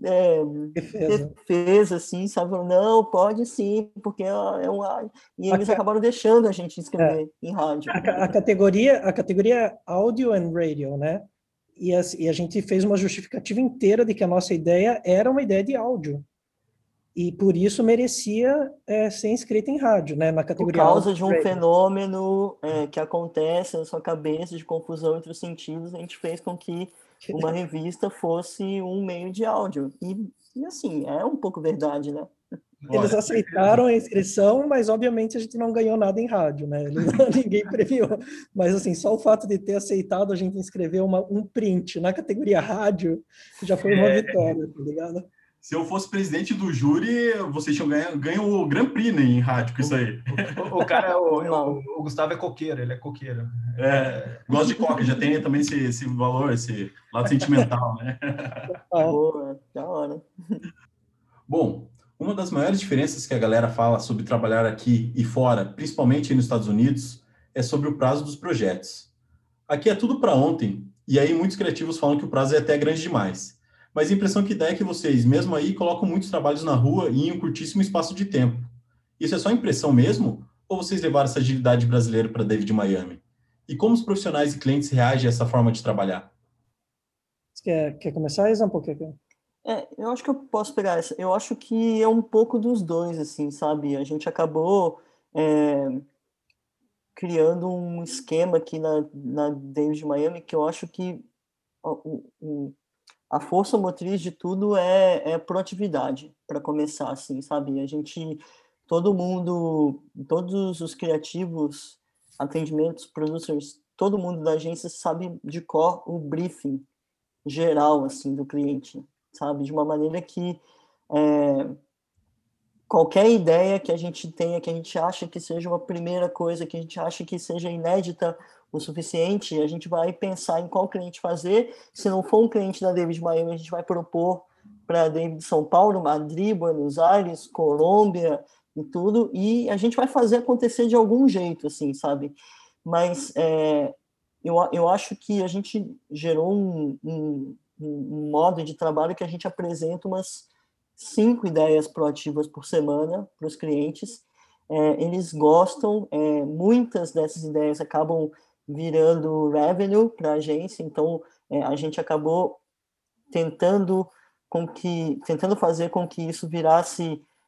defesa, assim, sabe? Não, pode sim, porque é um rádio. E eles acabaram deixando a gente inscrever em rádio. A categoria áudio and radio, né? E a gente fez uma justificativa inteira de que a nossa ideia era uma ideia de áudio. E por isso merecia ser inscrita em rádio, né? Na categoria por causa áudio de um fenômeno que acontece na sua cabeça de confusão entre os sentidos, a gente fez com que uma revista fosse um meio de áudio. E assim, é um pouco verdade, né? Eles aceitaram a inscrição, mas obviamente a gente não ganhou nada em rádio, né? Ninguém premiou. Mas assim, só o fato de ter aceitado a gente inscrever um print na categoria rádio já foi uma vitória, tá ligado? Se eu fosse presidente do júri, vocês tinham ganho o Grand Prix, né, em rádio com isso aí. O Gustavo é coqueiro, ele é coqueiro. Gosto de coca, já tem também esse valor, esse lado sentimental, né? Boa, da hora. Bom, uma das maiores diferenças que a galera fala sobre trabalhar aqui e fora, principalmente nos Estados Unidos, é sobre o prazo dos projetos. Aqui é tudo para ontem, e aí muitos criativos falam que o prazo é até grande demais. Mas a impressão que dá é que vocês, mesmo aí, colocam muitos trabalhos na rua e em um curtíssimo espaço de tempo. Isso é só impressão mesmo? Ou vocês levaram essa agilidade brasileira para David Miami? E como os profissionais e clientes reagem a essa forma de trabalhar? Você quer começar, Isa, um pouquinho? Eu acho que eu posso pegar essa. Eu acho que é um pouco dos dois, assim, sabe? A gente acabou criando um esquema aqui na David Miami que eu acho que a força motriz de tudo é a proatividade, para começar, assim, sabe? Todo mundo, todos os criativos, atendimentos, producers, todo mundo da agência sabe de cor o briefing geral, assim, do cliente, sabe? De uma maneira que qualquer ideia que a gente tenha, que a gente acha que seja uma primeira coisa, que a gente acha que seja inédita o suficiente, a gente vai pensar em qual cliente fazer. Se não for um cliente da David Miami, a gente vai propor para David de São Paulo, Madrid, Buenos Aires, Colômbia e tudo, e a gente vai fazer acontecer de algum jeito, assim, sabe? Mas eu acho que a gente gerou um modo de trabalho que a gente apresenta umas 5 ideias proativas por semana para os clientes. Eles gostam, muitas dessas ideias acabam virando revenue para a agência, então a gente acabou tentando fazer com que isso virasse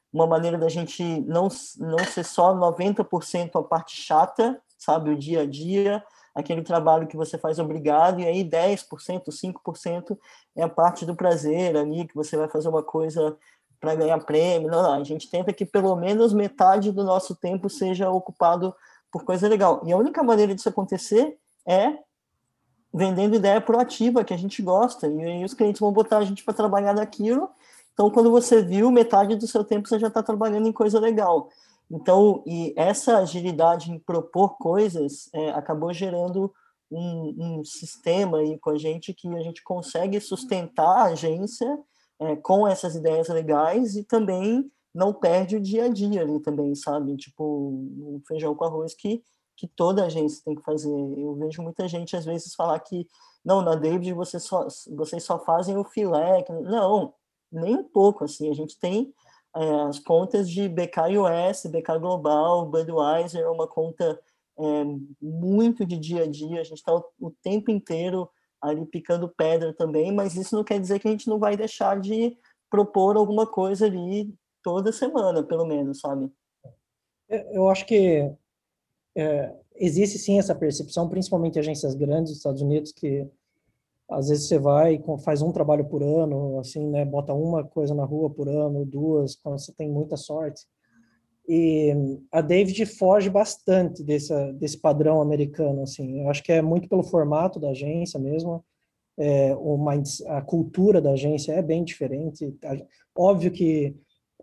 uma maneira da gente não ser só 90% a parte chata, sabe, o dia a dia, aquele trabalho que você faz obrigado, e aí 10%, 5% é a parte do prazer ali, que você vai fazer uma coisa para ganhar prêmio. Não, a gente tenta que pelo menos metade do nosso tempo seja ocupado por coisa legal. E a única maneira disso acontecer é vendendo ideia proativa, que a gente gosta, e aí os clientes vão botar a gente para trabalhar naquilo. Então, quando você viu, metade do seu tempo você já está trabalhando em coisa legal. Então, e essa agilidade em propor coisas acabou gerando um sistema aí com a gente que a gente consegue sustentar a agência com essas ideias legais e também não perde o dia a dia ali também, sabe? Tipo, o feijão com arroz que toda agência tem que fazer. Eu vejo muita gente, às vezes, falar que não, na David vocês só fazem o filé. Não, nem um pouco, assim. A gente tem as contas de BK US, BK Global, Budweiser, é uma conta muito de dia a dia. A gente está o tempo inteiro ali picando pedra também, mas isso não quer dizer que a gente não vai deixar de propor alguma coisa ali toda semana, pelo menos, sabe? Eu acho que existe sim essa percepção, principalmente em agências grandes dos Estados Unidos, que às vezes você vai e faz um trabalho por ano, assim, né, bota uma coisa na rua por ano, duas, quando você tem muita sorte. E a David foge bastante desse padrão americano, assim. Eu acho que é muito pelo formato da agência mesmo. A cultura da agência é bem diferente. Óbvio que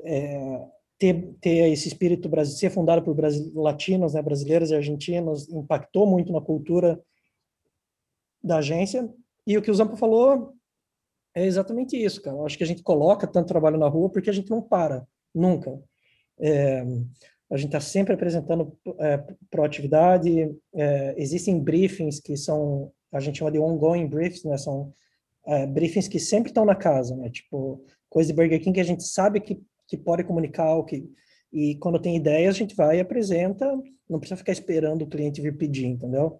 ter esse espírito brasileiro, ser fundado por latinos, né, brasileiros e argentinos, impactou muito na cultura da agência. E o que o Zampa falou é exatamente isso, cara. Eu acho que a gente coloca tanto trabalho na rua porque a gente não para, nunca. A gente está sempre apresentando proatividade. Existem briefings que são, a gente chama de ongoing briefings, né? São briefings que sempre estão na casa, né? Tipo, coisa de Burger King que a gente sabe que pode comunicar, e quando tem ideias, a gente vai e apresenta, não precisa ficar esperando o cliente vir pedir, entendeu?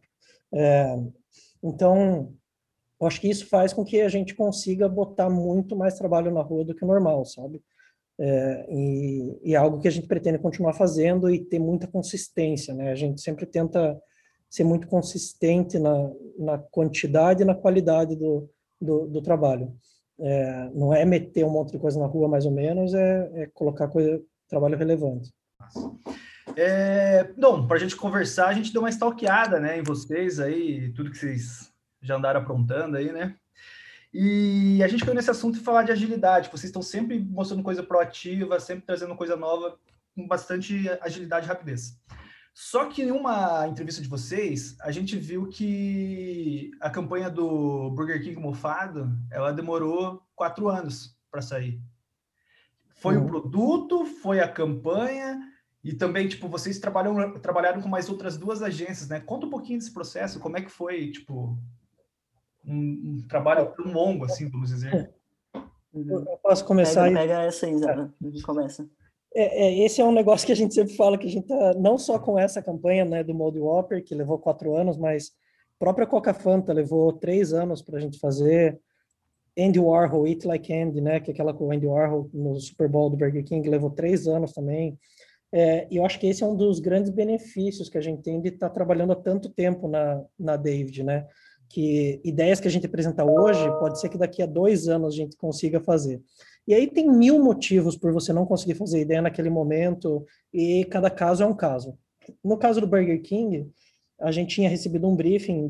Então, eu acho que isso faz com que a gente consiga botar muito mais trabalho na rua do que o normal, sabe? E é algo que a gente pretende continuar fazendo e ter muita consistência, né? A gente sempre tenta ser muito consistente na quantidade e na qualidade do trabalho. Não é meter um monte de coisa na rua, mais ou menos, colocar trabalho relevante. Não, para a gente conversar, a gente deu uma stalkeada, né, em vocês aí, tudo que vocês já andaram aprontando aí, né? E a gente caiu nesse assunto de falar de agilidade. Vocês estão sempre mostrando coisa proativa, sempre trazendo coisa nova, com bastante agilidade e rapidez. Só que em uma entrevista de vocês, a gente viu que a campanha do Burger King mofado, ela demorou 4 anos para sair. Foi o produto, foi a campanha, e também, tipo, vocês trabalharam com mais outras 2 agências, né? Conta um pouquinho desse processo, como é que foi, tipo, um trabalho tão longo, assim, vamos dizer. Eu posso começar? Pega essa aí, Zara. Começa. Esse é um negócio que a gente sempre fala, que a gente tá não só com essa campanha, né, do Moldy Whopper, que levou 4 anos, mas a própria Coca Fanta levou 3 anos para a gente fazer. Andy Warhol, Eat Like Andy, né, que é aquela com o Andy Warhol no Super Bowl do Burger King, levou 3 anos também. E eu acho que esse é um dos grandes benefícios que a gente tem de estar trabalhando há tanto tempo na David, né? Que ideias que a gente apresenta hoje, pode ser que daqui a 2 anos a gente consiga fazer. E aí tem 1000 motivos por você não conseguir fazer ideia naquele momento, e cada caso é um caso. No caso do Burger King, a gente tinha recebido um briefing em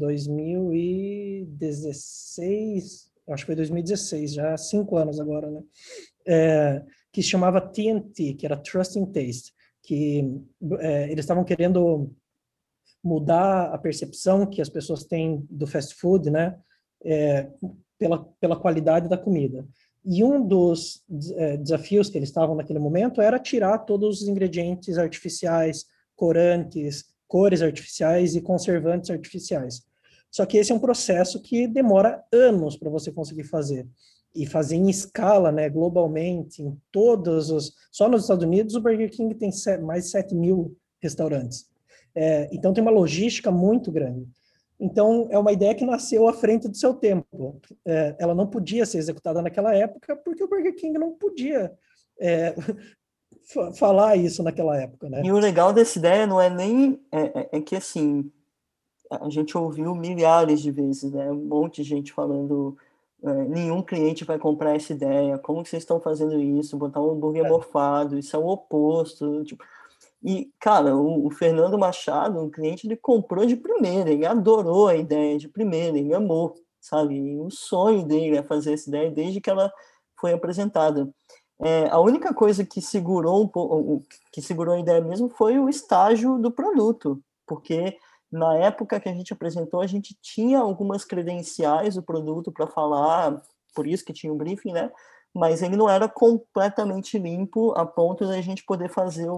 2016, acho que foi 2016, já há 5 anos agora, né? Que se chamava TNT, que era Trust and Taste, que eles estavam querendo mudar a percepção que as pessoas têm do fast food, né? Pela qualidade da comida. E um dos desafios que eles estavam naquele momento era tirar todos os ingredientes artificiais, corantes, cores artificiais e conservantes artificiais. Só que esse é um processo que demora anos para você conseguir fazer. E fazer em escala, né, globalmente, em todos os... Só nos Estados Unidos, o Burger King tem mais de 7.000 restaurantes. Então, tem uma logística muito grande. Então, é uma ideia que nasceu à frente do seu tempo. Ela não podia ser executada naquela época porque o Burger King não podia falar isso naquela época, né? E o legal dessa ideia não é nem... É que, assim, a gente ouviu milhares de vezes, né? Um monte de gente falando... nenhum cliente vai comprar essa ideia. Como que vocês estão fazendo isso? Botar um hambúrguer mofado, isso é o oposto. Tipo... E, cara, o Fernando Machado, o cliente, ele comprou de primeira, ele adorou a ideia de primeira, ele amou, sabe? E o sonho dele é fazer essa ideia desde que ela foi apresentada. A única coisa que segurou um pouco, que segurou a ideia mesmo, foi o estágio do produto, porque na época que a gente apresentou, a gente tinha algumas credenciais do produto para falar, por isso que tinha um briefing, né? Mas ele não era completamente limpo a ponto de a gente poder fazer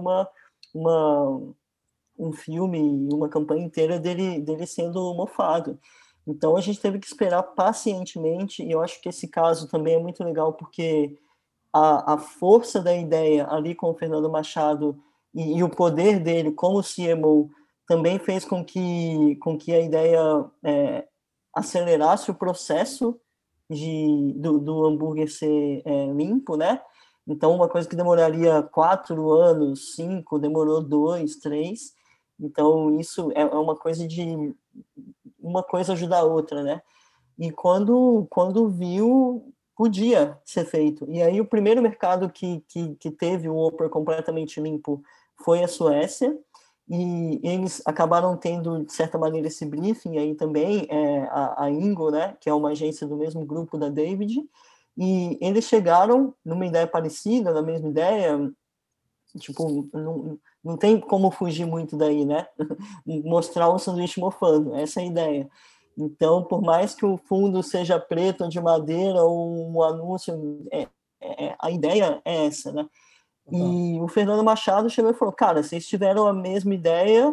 um filme, uma campanha inteira dele sendo mofado. Então a gente teve que esperar pacientemente, e eu acho que esse caso também é muito legal, porque a força da ideia ali com o Fernando Machado e o poder dele como CMO também fez com que a ideia acelerasse o processo do hambúrguer ser limpo, né? Então, uma coisa que demoraria 4 anos, 5, demorou 2, 3. Então, isso é uma coisa de... Uma coisa ajuda a outra, né? E quando viu, podia ser feito. E aí, o primeiro mercado que teve o Whopper completamente limpo foi a Suécia. E eles acabaram tendo, de certa maneira, esse briefing aí também, a Ingo, né, que é uma agência do mesmo grupo da David, e eles chegaram numa ideia parecida, na mesma ideia, tipo, não tem como fugir muito daí, né? Mostrar um sanduíche mofando, essa é a ideia. Então, por mais que o fundo seja preto ou de madeira, ou um anúncio, a ideia é essa, né? E o Fernando Machado chegou e falou, cara, vocês tiveram a mesma ideia,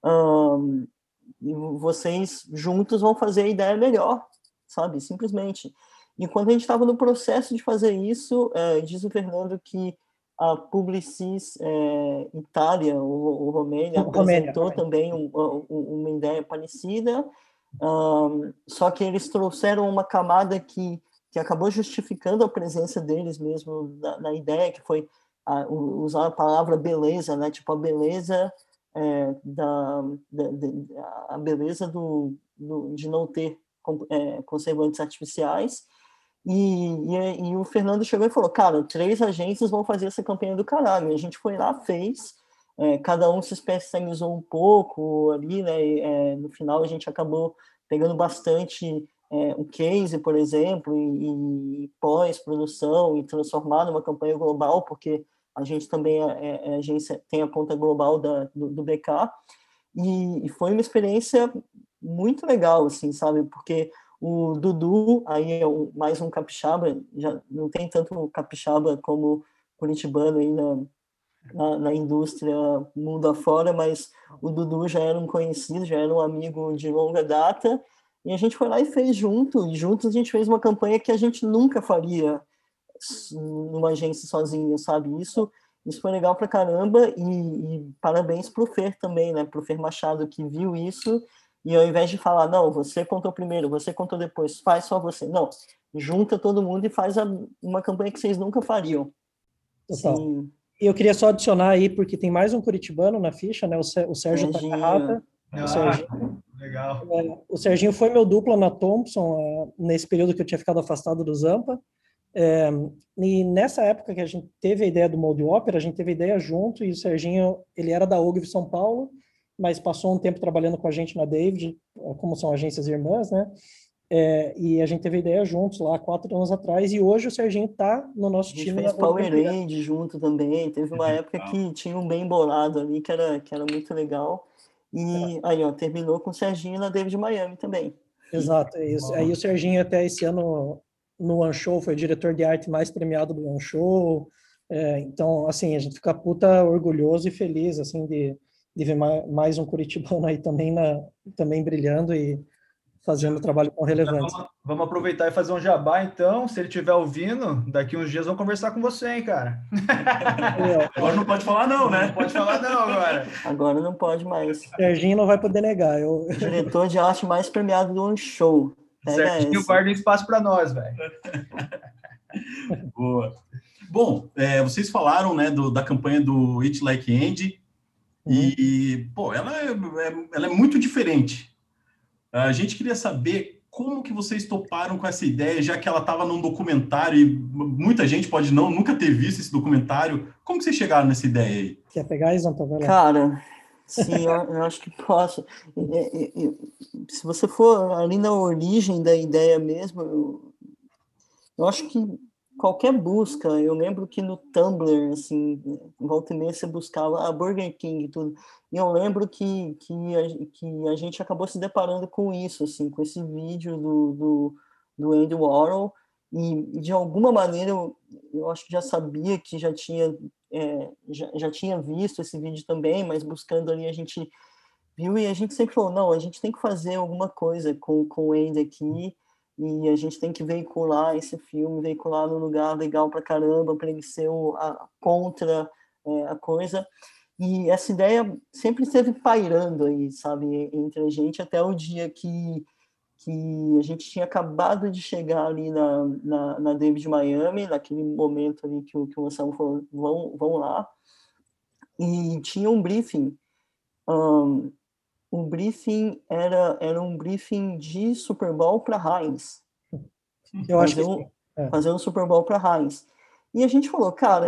e vocês juntos vão fazer a ideia melhor, sabe? Simplesmente. E quando a gente estava no processo de fazer isso, diz o Fernando que a Publicis Itália, ou Romênia, apresentou também uma ideia parecida, só que eles trouxeram uma camada que acabou justificando a presença deles mesmo na ideia, que foi usar a palavra beleza, né? Tipo, a beleza a beleza de não ter conservantes artificiais. E o Fernando chegou e falou, cara, 3 agências vão fazer essa campanha do caralho. E a gente foi lá, fez, cada um se especializou um pouco ali, né? No final a gente acabou pegando bastante o case, por exemplo, e pós-produção, e transformar numa campanha global, porque a gente também a agência tem a conta global do BK, e foi uma experiência muito legal, assim, sabe? Porque o Dudu, aí é mais um capixaba, já não tem tanto capixaba como curitibano aí na indústria mundo afora, mas o Dudu já era um conhecido, já era um amigo de longa data, e a gente foi lá e fez junto, e juntos a gente fez uma campanha que a gente nunca faria numa agência sozinha, sabe? Isso foi legal pra caramba, e parabéns pro Fer também, né? Pro Fer Machado, que viu isso, e ao invés de falar, não, você contou primeiro, você contou depois, faz só você. Não, junta todo mundo e faz uma campanha que vocês nunca fariam. Total. Sim. E eu queria só adicionar aí, porque tem mais um curitibano na ficha, né? O Sérgio Takahata. Legal. O Serginho foi meu dupla na Thomson, nesse período que eu tinha ficado afastado do Zampa. E nessa época que a gente teve a ideia do Molde Opera, a gente teve a ideia junto, e o Serginho, ele era da Ogilvy São Paulo, mas passou um tempo trabalhando com a gente na David, como são agências irmãs, né? E a gente teve a ideia juntos lá 4 anos atrás, e hoje o Serginho tá no nosso time. A gente fez Powerade junto também, teve uma época que tinha um bem bolado ali, que era muito legal, e aí, ó, terminou com o Serginho na David Miami também. Exato, é isso. Aí o Serginho até esse ano no One Show foi diretor de arte mais premiado do One Show, então, assim, a gente fica puta orgulhoso e feliz, assim, de ver mais um curitibano aí também brilhando e fazendo trabalho com relevância. Vamos aproveitar e fazer um jabá, então. Se ele estiver ouvindo, daqui uns dias vamos conversar com você, hein, cara? Agora não pode falar não, né? Não pode falar não agora. Agora não pode mais. Serginho não vai poder negar. Diretor de arte mais premiado do One Show. Serginho guarda espaço para nós, velho. Boa. Bom, vocês falaram, né, da campanha do Eat Like Andy, e pô, ela é muito diferente. A gente queria saber como que vocês toparam com essa ideia, já que ela estava num documentário e muita gente pode nunca ter visto esse documentário. Como que vocês chegaram nessa ideia aí? Quer pegar, Isonto? Cara, sim, eu acho que posso. Se você for ali na origem da ideia mesmo, eu acho que qualquer busca, eu lembro que no Tumblr, assim, volta e meia você buscava a Burger King e tudo, e eu lembro que a gente acabou se deparando com isso, assim, com esse vídeo do Andy Warhol, e de alguma maneira eu acho que já sabia que já tinha visto esse vídeo também, mas buscando ali a gente viu, e a gente sempre falou, não, a gente tem que fazer alguma coisa com o Andy aqui, e a gente tem que veicular esse filme, veicular num lugar legal pra caramba, para ele ser contra a coisa. E essa ideia sempre esteve pairando aí, sabe, entre a gente, até o dia que a gente tinha acabado de chegar ali na David Miami, naquele momento ali que o Anselmo falou, vão lá, e tinha um briefing. O briefing era um briefing de Super Bowl para Heinz. Eu acho que sim. Fazer um Super Bowl para Heinz. E a gente falou, cara,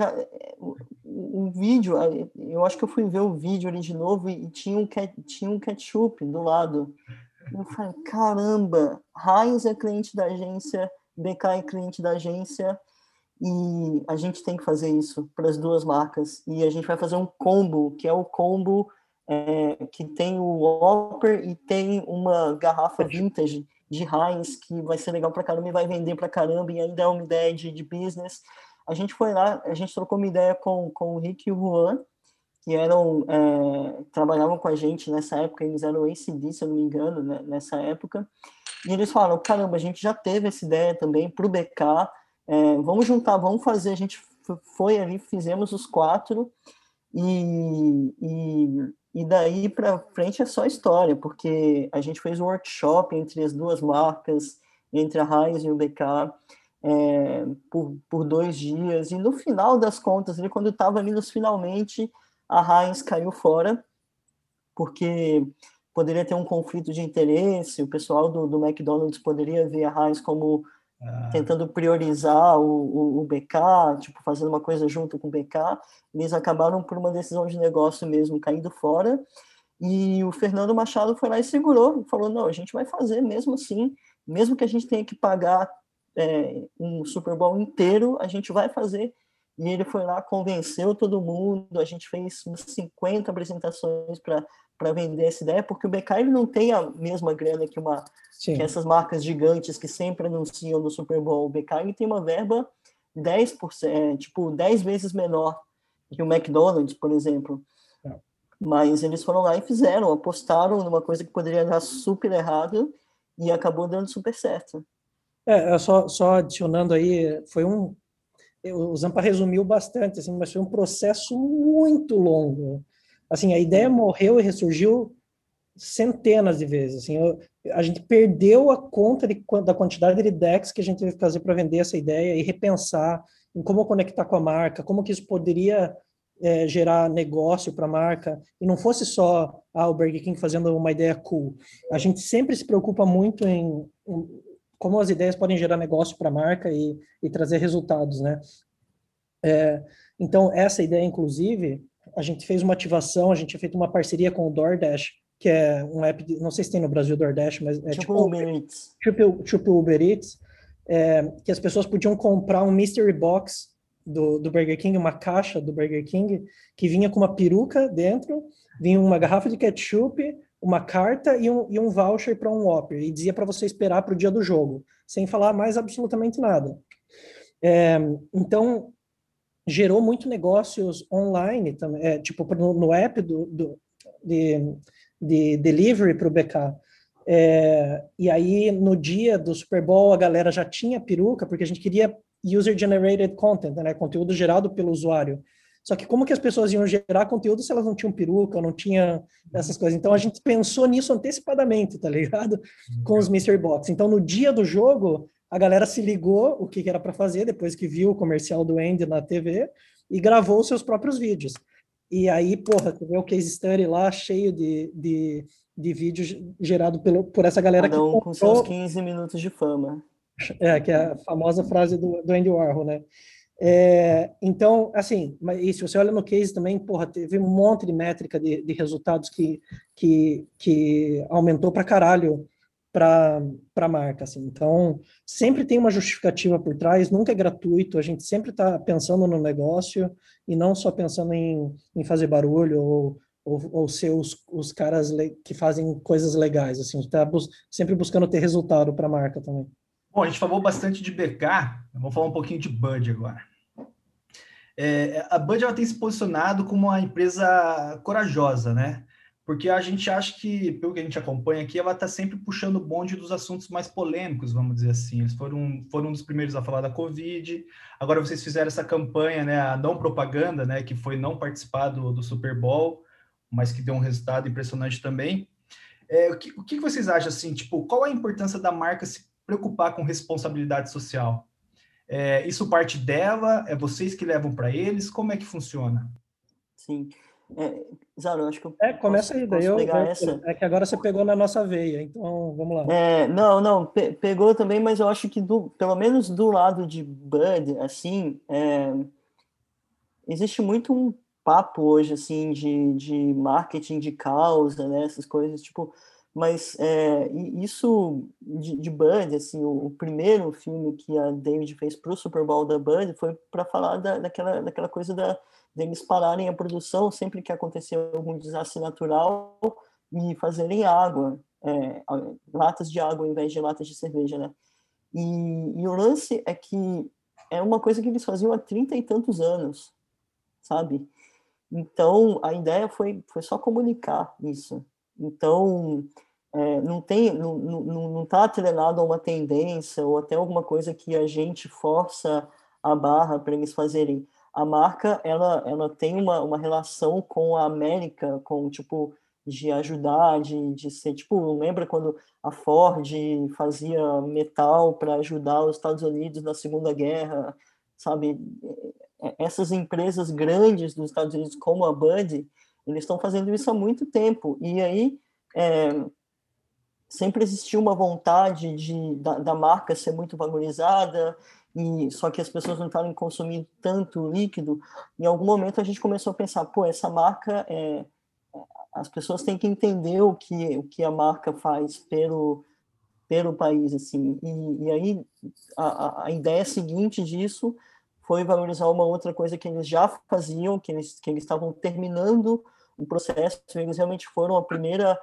o vídeo, eu acho que eu fui ver o vídeo ali de novo e tinha um ketchup do lado. Eu falei, caramba, Heinz é cliente da agência, BK é cliente da agência, e a gente tem que fazer isso para as duas marcas. E a gente vai fazer um combo, que é o combo que tem o Whopper e tem uma garrafa vintage de Heinz, que vai ser legal pra caramba e vai vender pra caramba, e ainda é uma ideia de business. A gente foi lá, a gente trocou uma ideia com o Rick e o Juan, que trabalhavam com a gente nessa época, eles eram ACD, se eu não me engano, né, nessa época, e eles falaram, caramba, a gente já teve essa ideia também pro BK, vamos juntar, vamos fazer, a gente foi ali, fizemos os 4, e daí para frente é só história, porque a gente fez um workshop entre as duas marcas, entre a Heinz e o BK, por 2 dias, e no final das contas, ali, quando estava ali nos finalmente, a Heinz caiu fora, porque poderia ter um conflito de interesse, o pessoal do McDonald's poderia ver a Heinz como tentando priorizar o BK, tipo, fazendo uma coisa junto com o BK, eles acabaram por uma decisão de negócio mesmo caindo fora, e o Fernando Machado foi lá e segurou, falou, não, a gente vai fazer mesmo assim, mesmo que a gente tenha que pagar um Super Bowl inteiro, a gente vai fazer, e ele foi lá, convenceu todo mundo, a gente fez umas 50 apresentações para vender essa ideia, porque o BK ele não tem a mesma grana que essas marcas gigantes que sempre anunciam no Super Bowl. O BK ele tem uma verba 10 vezes menor que o McDonald's, por exemplo. Mas eles foram lá e fizeram, apostaram numa coisa que poderia dar super errado e acabou dando super certo. Só adicionando aí, o Zampa resumiu bastante, assim, mas foi um processo muito longo. Assim, a ideia morreu e ressurgiu centenas de vezes. Assim, a gente perdeu a conta da quantidade de decks que a gente teve que fazer para vender essa ideia e repensar em como conectar com a marca, como que isso poderia gerar negócio para a marca, e não fosse só o Burger King fazendo uma ideia cool. A gente sempre se preocupa muito em como as ideias podem gerar negócio para a marca e trazer resultados, né? Então, essa ideia, inclusive, a gente fez uma ativação, a gente tinha feito uma parceria com o DoorDash, que é um app, não sei se tem no Brasil o DoorDash, mas é tipo Uber Eats. Tipo Uber Eats, que as pessoas podiam comprar um mystery box do Burger King, uma caixa do Burger King, que vinha com uma peruca dentro, vinha uma garrafa de ketchup, uma carta e um voucher para um Whopper, e dizia para você esperar para o dia do jogo, sem falar mais absolutamente nada. Então, gerou muito negócios online, tipo no app de delivery para o BK. E aí, no dia do Super Bowl, a galera já tinha peruca, porque a gente queria user-generated content, né, conteúdo gerado pelo usuário. Só que como que as pessoas iam gerar conteúdo se elas não tinham peruca, não tinha essas coisas? Então a gente pensou nisso antecipadamente, tá ligado? Com os Mystery Box. Então no dia do jogo, a galera se ligou o que era para fazer depois que viu o comercial do Andy na TV e gravou os seus próprios vídeos. E aí, porra, tu vê o case study lá cheio de vídeos gerado por essa galera Cada que um com seus comprou, 15 minutos de fama. que é a famosa frase do Andy Warhol, né? Então, assim, e se você olha no case também, porra, teve um monte de métrica de resultados que aumentou pra caralho para a marca, assim. Então, sempre tem uma justificativa por trás, nunca é gratuito, a gente sempre está pensando no negócio e não só pensando em fazer barulho ou ser os caras que fazem coisas legais, assim, a gente está sempre buscando ter resultado para a marca também. Bom, a gente falou bastante de BK, eu vou falar um pouquinho de Bud agora. A Bud ela tem se posicionado como uma empresa corajosa, né? Porque a gente acha que, pelo que a gente acompanha aqui, ela está sempre puxando o bonde dos assuntos mais polêmicos, vamos dizer assim. Eles foram um dos primeiros a falar da Covid. Agora vocês fizeram essa campanha, né, a não propaganda, né, que foi não participar do Super Bowl, mas que deu um resultado impressionante também. O que vocês acham, assim, tipo, qual a importância da marca se preocupar com responsabilidade social? Isso parte dela? É vocês que levam para eles? Como é que funciona? Sim. Zaro, eu acho que eu Começa aí, daí posso pegar essa. É que agora você pegou na nossa veia, então vamos lá. Não, pegou também, mas eu acho que pelo menos do lado de Bud, assim, existe muito um papo hoje, assim, de marketing de causa, né, essas coisas, tipo, mas isso de Bud, assim, o primeiro filme que a David fez para o Super Bowl da Bud foi para falar daquela coisa deles pararem a produção sempre que acontecia algum desastre natural e fazerem água, latas de água ao invés de latas de cerveja, né? E o lance é que é uma coisa que eles faziam há 30 e tantos anos, sabe? Então, a ideia foi só comunicar isso. Então, não está atrelado a uma tendência ou até alguma coisa que a gente força a barra para eles fazerem. A marca, ela tem uma relação com a América, com, tipo, de ajudar, de ser, tipo, lembra quando a Ford fazia metal para ajudar os Estados Unidos na Segunda Guerra, sabe? Essas empresas grandes dos Estados Unidos, como a Bud, eles estão fazendo isso há muito tempo. E aí, sempre existiu uma vontade da marca ser muito valorizada, só que as pessoas não estavam consumindo tanto líquido. Em algum momento, a gente começou a pensar, pô, essa marca, as pessoas têm que entender o que a marca faz pelo país, assim. E aí, a ideia seguinte disso foi valorizar uma outra coisa que eles já faziam, que eles estavam terminando o processo, eles realmente foram a primeira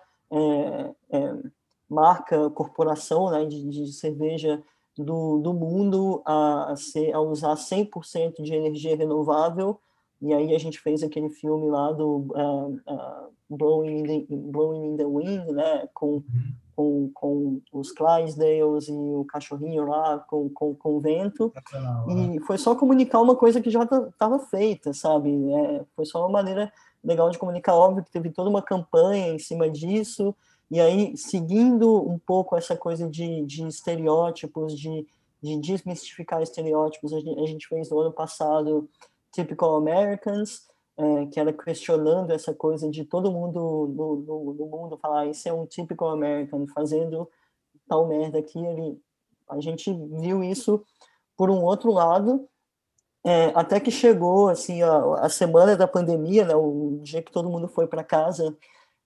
marca, corporação, né, de cerveja do mundo a usar 100% de energia renovável, e aí a gente fez aquele filme lá do Blowing in the Wind, né, com os Clydesdales e o cachorrinho lá com o vento, e foi só comunicar uma coisa que já estava feita, sabe? Foi só uma maneira legal de comunicar. Óbvio que teve toda uma campanha em cima disso, e aí, seguindo um pouco essa coisa de estereótipos, de desmistificar estereótipos, a gente fez no ano passado Typical Americans, que era questionando essa coisa de todo mundo no mundo falar isso é um typical American fazendo tal merda aqui. A gente viu isso por um outro lado, até que chegou assim a semana da pandemia, né, o dia que todo mundo foi para casa,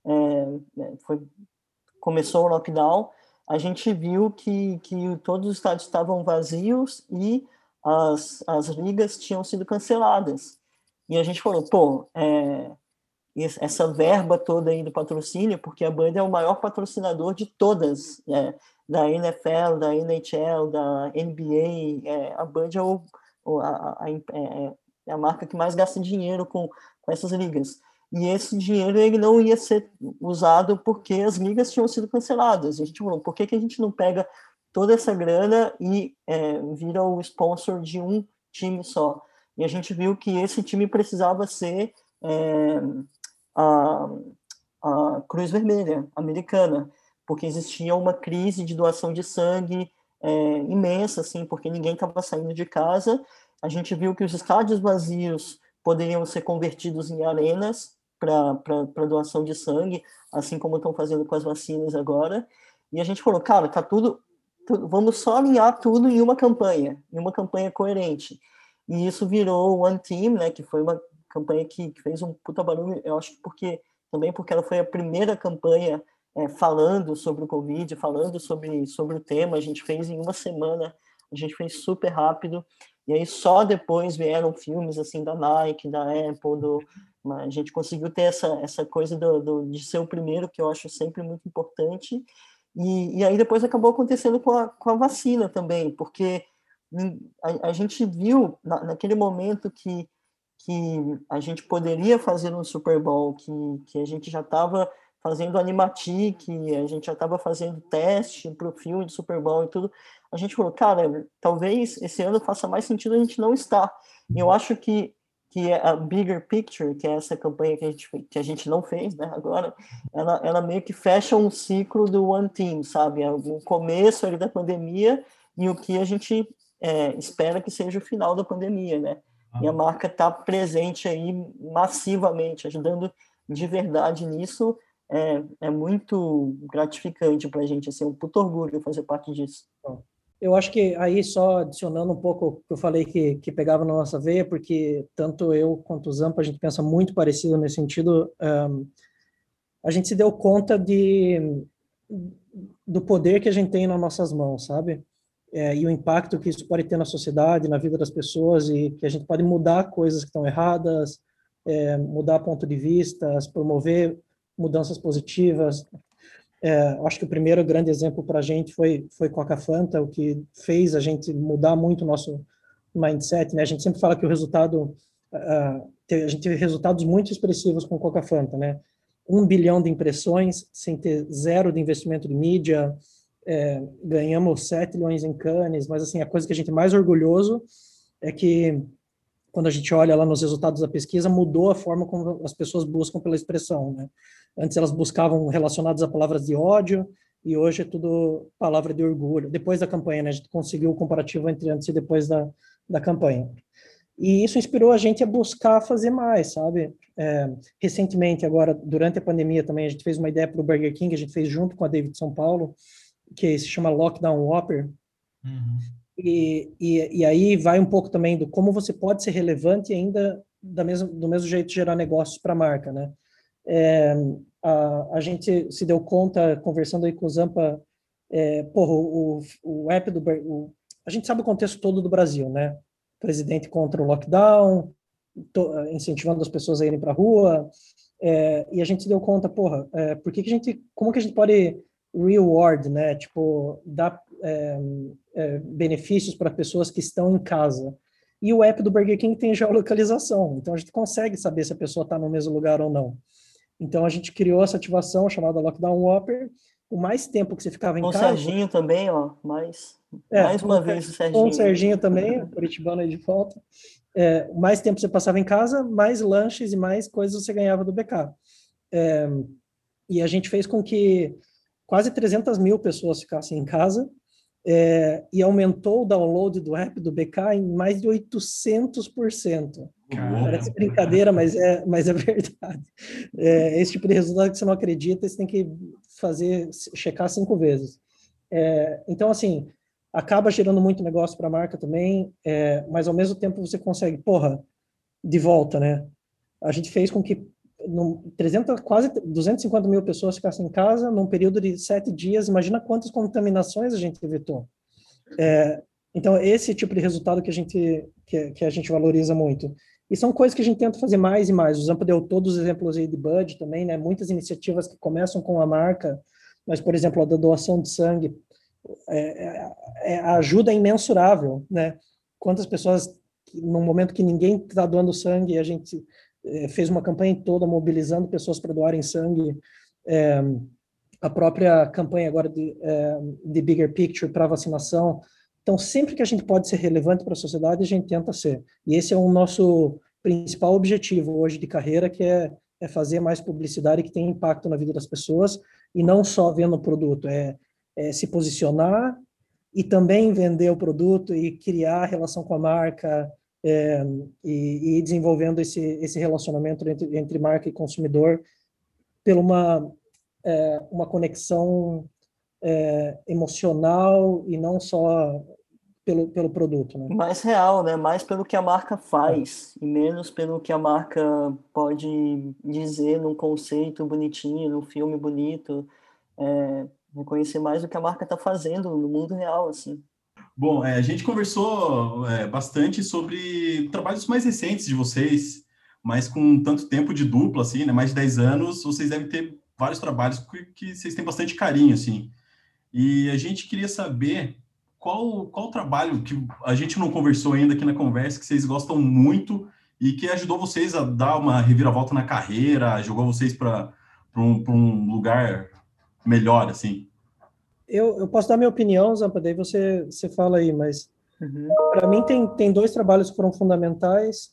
começou o lockdown, a gente viu que todos os estádios estavam vazios e as ligas tinham sido canceladas. E a gente falou, pô, essa verba toda aí do patrocínio, porque a Bud é o maior patrocinador de todas, da NFL, da NHL, da NBA, a Bud é a marca que mais gasta dinheiro com essas ligas. E esse dinheiro ele não ia ser usado porque as ligas tinham sido canceladas. E a gente falou, por que a gente não pega toda essa grana e vira o sponsor de um time só? e a gente viu que esse time precisava ser a Cruz Vermelha americana, porque existia uma crise de doação de sangue imensa, assim, porque ninguém estava saindo de casa. A gente viu que os estádios vazios poderiam ser convertidos em arenas para doação de sangue, assim como estão fazendo com as vacinas agora. E a gente falou, cara, tá tudo, vamos só alinhar tudo em uma campanha coerente. E isso virou o One Team, né, que foi uma campanha que fez um puta barulho, eu acho que também porque ela foi a primeira campanha falando sobre o Covid, falando sobre o tema. A gente fez em uma semana, a gente fez super rápido, e aí só depois vieram filmes assim da Nike, da Apple, a gente conseguiu ter essa coisa de ser o primeiro, que eu acho sempre muito importante. E aí depois acabou acontecendo com a vacina também, porque a gente viu naquele momento que a gente poderia fazer um Super Bowl, que a gente já estava fazendo animatic, a gente já estava fazendo teste para o filme de Super Bowl e tudo. A gente falou, cara, talvez esse ano faça mais sentido a gente não estar. E eu acho que a Bigger Picture, que é essa campanha que a gente não fez, né, agora, ela meio que fecha um ciclo do One Team, sabe? O começo ali da pandemia e o que a gente espera que seja o final da pandemia, né? E a marca está presente aí massivamente, ajudando de verdade nisso. É muito gratificante para a gente, assim, é um puto orgulho fazer parte disso. Eu acho que aí, só adicionando um pouco o que eu falei que pegava na nossa veia, porque tanto eu quanto o Zampa, a gente pensa muito parecido nesse sentido. A gente se deu conta do poder que a gente tem nas nossas mãos, sabe? E o impacto que isso pode ter na sociedade, na vida das pessoas, e que a gente pode mudar coisas que estão erradas, mudar ponto de vista, promover mudanças positivas. Acho que o primeiro grande exemplo para a gente foi Coca Fanta, o que fez a gente mudar muito o nosso mindset, né? A gente sempre fala que o resultado, a gente teve resultados muito expressivos com Coca Fanta, né? 1 bilhão de impressões, sem ter zero de investimento de mídia, ganhamos 7 milhões em Cannes, mas assim, a coisa que a gente é mais orgulhoso é que quando a gente olha lá nos resultados da pesquisa, mudou a forma como as pessoas buscam pela expressão, né? Antes elas buscavam relacionadas a palavras de ódio, e hoje é tudo palavra de orgulho. Depois da campanha, né? A gente conseguiu o comparativo entre antes e depois da campanha. E isso inspirou a gente a buscar fazer mais, sabe? Recentemente, agora, durante a pandemia também, a gente fez uma ideia para o Burger King, a gente fez junto com a David São Paulo, que se chama Lockdown Whopper. Uhum. E aí vai um pouco também do como você pode ser relevante e ainda do mesmo jeito gerar negócios para a marca, né? A gente se deu conta, conversando aí com o Zampa, o app a gente sabe o contexto todo do Brasil, né? O presidente contra o lockdown, incentivando as pessoas a irem para a rua, e a gente se deu conta, como que a gente pode reward, né? Tipo, dar benefícios para pessoas que estão em casa. E o app do Burger King tem geolocalização, então a gente consegue saber se a pessoa está no mesmo lugar ou não. Então a gente criou essa ativação chamada Lockdown Whopper. O mais tempo que você ficava em casa... Com o Serginho também, ó, mais uma vez o Serginho. Com o Serginho também, curitibano aí de volta. Mais tempo você passava em casa, mais lanches e mais coisas você ganhava do BK. E a gente fez com que quase 300 mil pessoas ficassem em casa, e aumentou o download do app do BK em mais de 800%. Parece brincadeira, mas é verdade. Esse tipo de resultado que você não acredita, você tem que checar 5 vezes. Então, assim, acaba gerando muito negócio para a marca também, mas ao mesmo tempo você consegue, de volta, né? A gente fez com que quase 250 mil pessoas ficassem em casa num período de 7 dias. Imagina quantas contaminações a gente evitou. Então, esse tipo de resultado que a gente valoriza muito. E são coisas que a gente tenta fazer mais e mais. O Zampa deu todos os exemplos aí de Bud também, né? Muitas iniciativas que começam com a marca, mas, por exemplo, a da doação de sangue, a ajuda é imensurável, né? Quantas pessoas, no momento que ninguém está doando sangue, a gente fez uma campanha toda mobilizando pessoas para doarem sangue. A própria campanha agora de Bigger Picture para vacinação Então, sempre que a gente pode ser relevante para a sociedade, a gente tenta ser. E esse é o nosso principal objetivo hoje de carreira, que é fazer mais publicidade que tem impacto na vida das pessoas, e não só vendo o produto, é se posicionar e também vender o produto e criar relação com a marca, e ir desenvolvendo esse relacionamento entre marca e consumidor pela uma conexão emocional e não só pelo produto, né? Mais real, né? Mais pelo que a marca faz e menos pelo que a marca pode dizer num conceito bonitinho, num filme bonito. Reconhecer mais o que a marca está fazendo no mundo real, assim. Bom, a gente conversou bastante sobre trabalhos mais recentes de vocês, mas com tanto tempo de dupla, assim, né, mais de 10 anos, vocês devem ter vários trabalhos que vocês têm bastante carinho, assim. E a gente queria saber qual trabalho que a gente não conversou ainda aqui na conversa, que vocês gostam muito e que ajudou vocês a dar uma reviravolta na carreira, jogou vocês para um lugar melhor, assim. Eu posso dar minha opinião, Zampa, daí você fala aí, mas para mim tem dois trabalhos que foram fundamentais.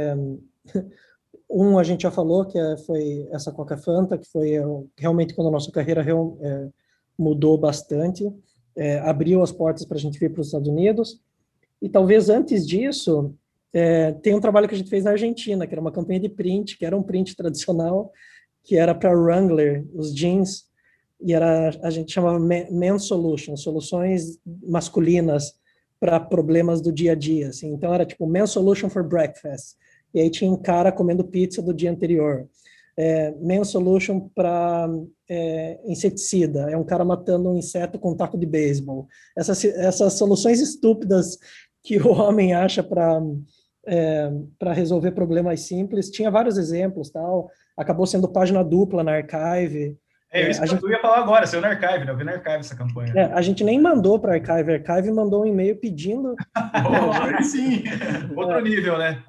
Um a gente já falou, foi essa Coca Fanta, que foi realmente quando a nossa carreira mudou bastante, abriu as portas para a gente vir para os Estados Unidos. E talvez antes disso, tem um trabalho que a gente fez na Argentina, que era uma campanha de print, que era um print tradicional, que era para Wrangler, os jeans, e a gente chamava Men Solutions, soluções masculinas para problemas do dia a dia, assim. Então era tipo Men Solution for Breakfast, e aí tinha um cara comendo pizza do dia anterior. Men Solution para inseticida, é um cara matando um inseto com um taco de beisebol. Essas soluções estúpidas que o homem acha para resolver problemas simples. Tinha vários exemplos, tal. Acabou sendo página dupla na Archive. Isso que eu ia falar agora, saiu na Archive, né? Eu vi na Archive essa campanha. A gente nem mandou para a Archive. A Archive mandou um e-mail pedindo. Sim, outro nível, né?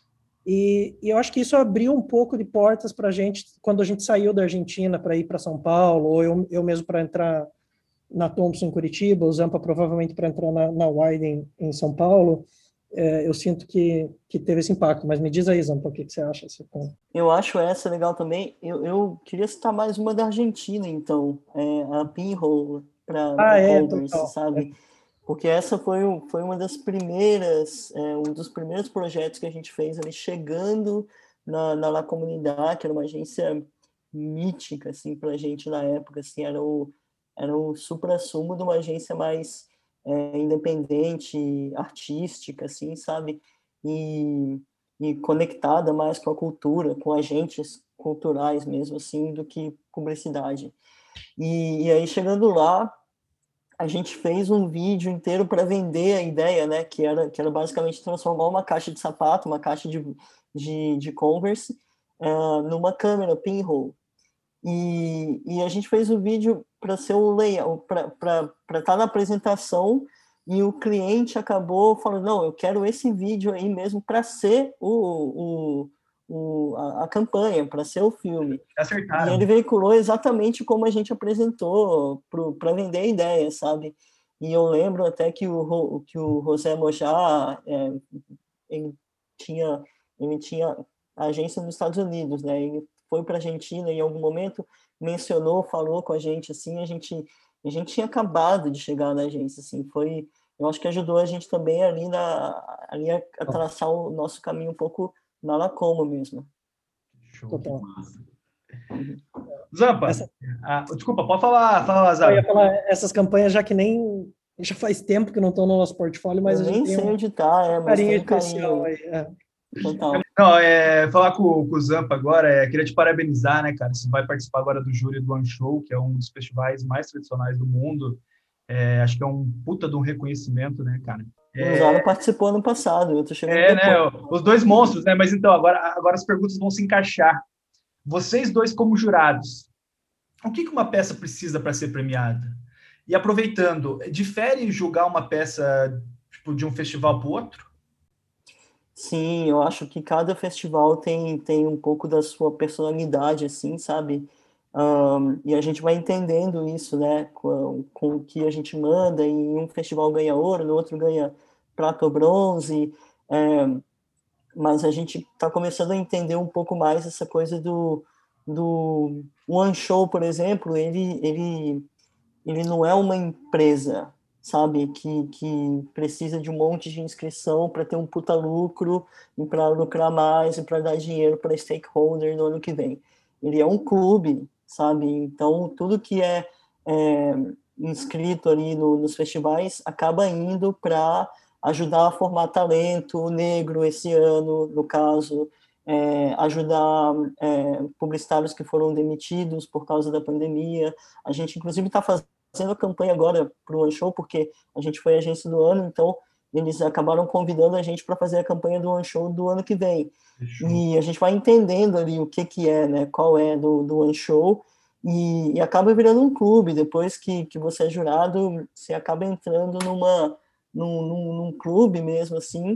E eu acho que isso abriu um pouco de portas para a gente, quando a gente saiu da Argentina para ir para São Paulo, ou eu mesmo para entrar na Thompson em Curitiba, o Zampa provavelmente para entrar na Widen em São Paulo. Eu sinto que teve esse impacto, mas me diz aí, Zampa, o que você acha? Eu acho essa legal também. Eu queria citar mais uma da Argentina, então, a Pinhole para Converse, sabe? Porque essa foi uma das primeiras, um dos primeiros projetos que a gente fez ali, chegando na comunidade, que era uma agência mítica, assim, para a gente na época, assim, era o suprassumo de uma agência mais independente, artística, assim, sabe? E conectada mais com a cultura, com agentes culturais mesmo, assim, do que publicidade. E aí, chegando lá, a gente fez um vídeo inteiro para vender a ideia, né? Que era basicamente transformar uma caixa de sapato, uma caixa de Converse, numa câmera pinhole. E a gente fez o vídeo para ser o layout, para estar na apresentação, e o cliente acabou falando, não, eu quero esse vídeo aí mesmo para ser a campanha, para ser o filme. Acertaram. E ele veiculou exatamente como a gente apresentou para vender a ideia, sabe? E eu lembro até que o José Mojá, ele tinha agência nos Estados Unidos, né? Ele foi para a Argentina em algum momento, mencionou, falou com a gente, assim, a gente tinha acabado de chegar na agência, assim, eu acho que ajudou a gente também ali a traçar o nosso caminho um pouco na Lacoma mesmo. Show. Zampa, desculpa, pode falar, Zara. Eu ia falar essas campanhas já faz tempo que não estão no nosso portfólio, mas eu a gente nem sei onde está, mas tem especial aí. Total. Não, falar com o Zampa agora, queria te parabenizar, né, cara? Você vai participar agora do júri do One Show, que é um dos festivais mais tradicionais do mundo. Acho que é um puta de um reconhecimento, né, cara? O Zara participou ano passado, eu tô chegando depois. Né? Os dois monstros, né? Mas então, agora as perguntas vão se encaixar. Vocês dois como jurados, o que uma peça precisa para ser premiada? E aproveitando, difere julgar uma peça tipo, de um festival para o outro? Sim, eu acho que cada festival tem um pouco da sua personalidade, assim, sabe? E a gente vai entendendo isso, né, com o que a gente manda, e em um festival ganha ouro, no outro ganha prata ou bronze, mas a gente está começando a entender um pouco mais essa coisa do One Show, por exemplo, ele não é uma empresa, sabe, que precisa de um monte de inscrição para ter um puta lucro e para lucrar mais e para dar dinheiro para stakeholder no ano que vem. Ele é um clube, sabe? Então, tudo que é inscrito ali nos festivais acaba indo para ajudar a formar talento negro esse ano, no caso, ajudar publicitários que foram demitidos por causa da pandemia. A gente, inclusive, está fazendo a campanha agora para o One Show, porque a gente foi agência do ano, então eles acabaram convidando a gente para fazer a campanha do One Show do ano que vem. E a gente vai entendendo ali o que é, né, qual é do One Show, e acaba virando um clube. Depois que você é jurado, você acaba entrando num clube mesmo, assim,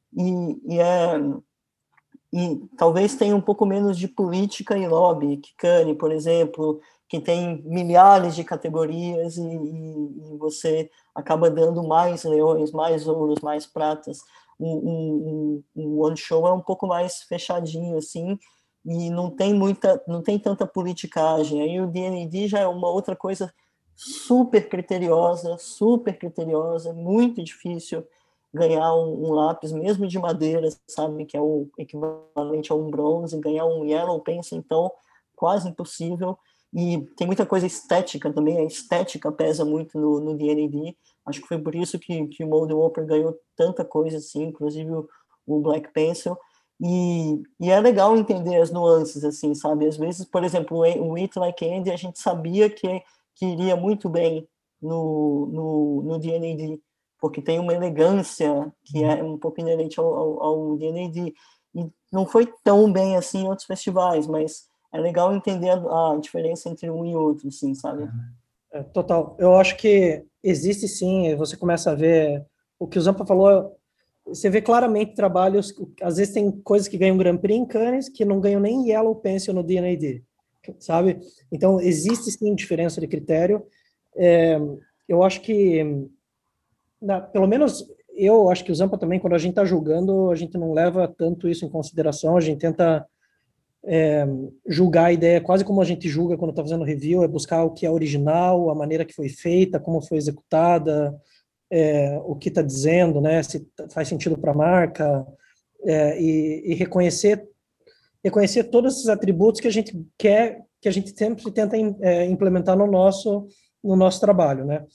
e talvez tenha um pouco menos de política e lobby, que Cannes, por exemplo, que tem milhares de categorias e você acaba dando mais leões, mais ouros, mais pratas. O One Show é um pouco mais fechadinho, assim, e não tem tanta politicagem. Aí o D&D já é uma outra coisa super criteriosa, muito difícil ganhar um lápis, mesmo de madeira, sabe, que é o equivalente a um bronze, ganhar um yellow pencil, então, quase impossível. E tem muita coisa estética também, a estética pesa muito no D&D. Acho que foi por isso que o Molden Whopper ganhou tanta coisa, assim, inclusive o Black Pencil. E é legal entender as nuances, assim, sabe? Às vezes, por exemplo, o Eat Like Andy, a gente sabia que iria muito bem no D&D, porque tem uma elegância que é um pouco inerente ao D&D. E não foi tão bem assim em outros festivais, mas é legal entender a diferença entre um e outro, assim, sabe? Total. Eu acho que existe sim, você começa a ver o que o Zampa falou, você vê claramente trabalhos, às vezes tem coisas que ganham Grand Prix em Cannes que não ganham nem Yellow Pencil no D&D, sabe? Então, existe sim diferença de critério. Eu acho que pelo menos eu acho que o Zampa também, quando a gente está julgando, a gente não leva tanto isso em consideração, a gente tenta julgar a ideia quase como a gente julga quando está fazendo review, é buscar o que é original, a maneira que foi feita, como foi executada, o que está dizendo, né, se faz sentido para a marca, e reconhecer todos esses atributos que a gente quer, que a gente sempre tenta implementar no nosso trabalho, né.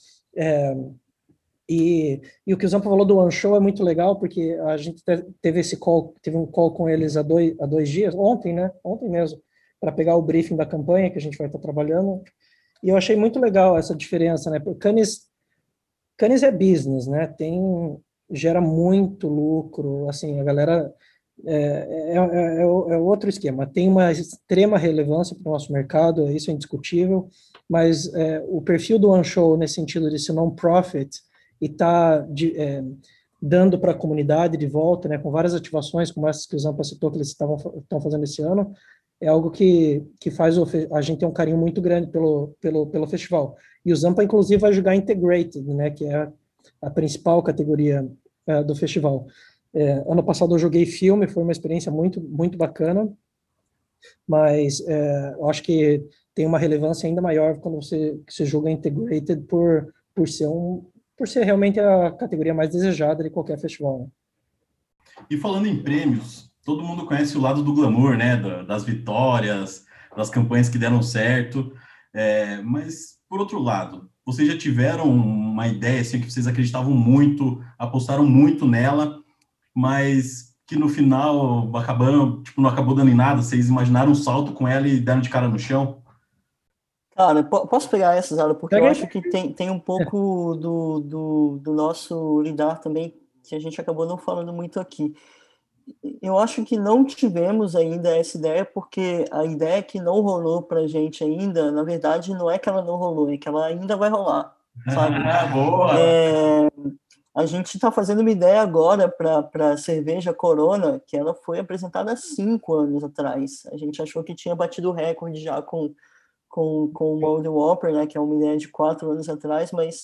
E o que o Zampa falou do One Show é muito legal, porque a gente teve um call com eles há dois dias, ontem, né? Ontem mesmo, para pegar o briefing da campanha que a gente vai estar trabalhando. E eu achei muito legal essa diferença, né? Porque Cannes é business, né? Gera muito lucro, assim, a galera é outro esquema. Tem uma extrema relevância para o nosso mercado, isso é indiscutível, mas o perfil do One Show, nesse sentido de ser non-profit, e está dando para a comunidade de volta, né, com várias ativações, como essas que o Zampa citou, que eles estão fazendo esse ano, é algo que faz a gente ter um carinho muito grande pelo festival. E o Zampa, inclusive, vai jogar Integrated, né, que é a principal categoria do festival. Ano passado eu joguei filme, foi uma experiência muito, muito bacana, mas eu acho que tem uma relevância ainda maior quando você joga Integrated por ser realmente a categoria mais desejada de qualquer festival. Né? E falando em prêmios, todo mundo conhece o lado do glamour, né? Das vitórias, das campanhas que deram certo. Mas, por outro lado, vocês já tiveram uma ideia assim, que vocês acreditavam muito, apostaram muito nela, mas que no final não acabou dando em nada? Vocês imaginaram um salto com ela e deram de cara no chão? Cara, posso pegar essa, Zara? Porque eu acho que tem um pouco do nosso lidar também, que a gente acabou não falando muito aqui. Eu acho que não tivemos ainda essa ideia, porque a ideia que não rolou pra gente ainda, na verdade, não é que ela não rolou, é que ela ainda vai rolar, sabe? Boa! A gente está fazendo uma ideia agora para a cerveja Corona, que ela foi apresentada há 5 anos atrás. A gente achou que tinha batido o recorde já com com o Model Whopper, né, que é uma ideia de 4 anos atrás, mas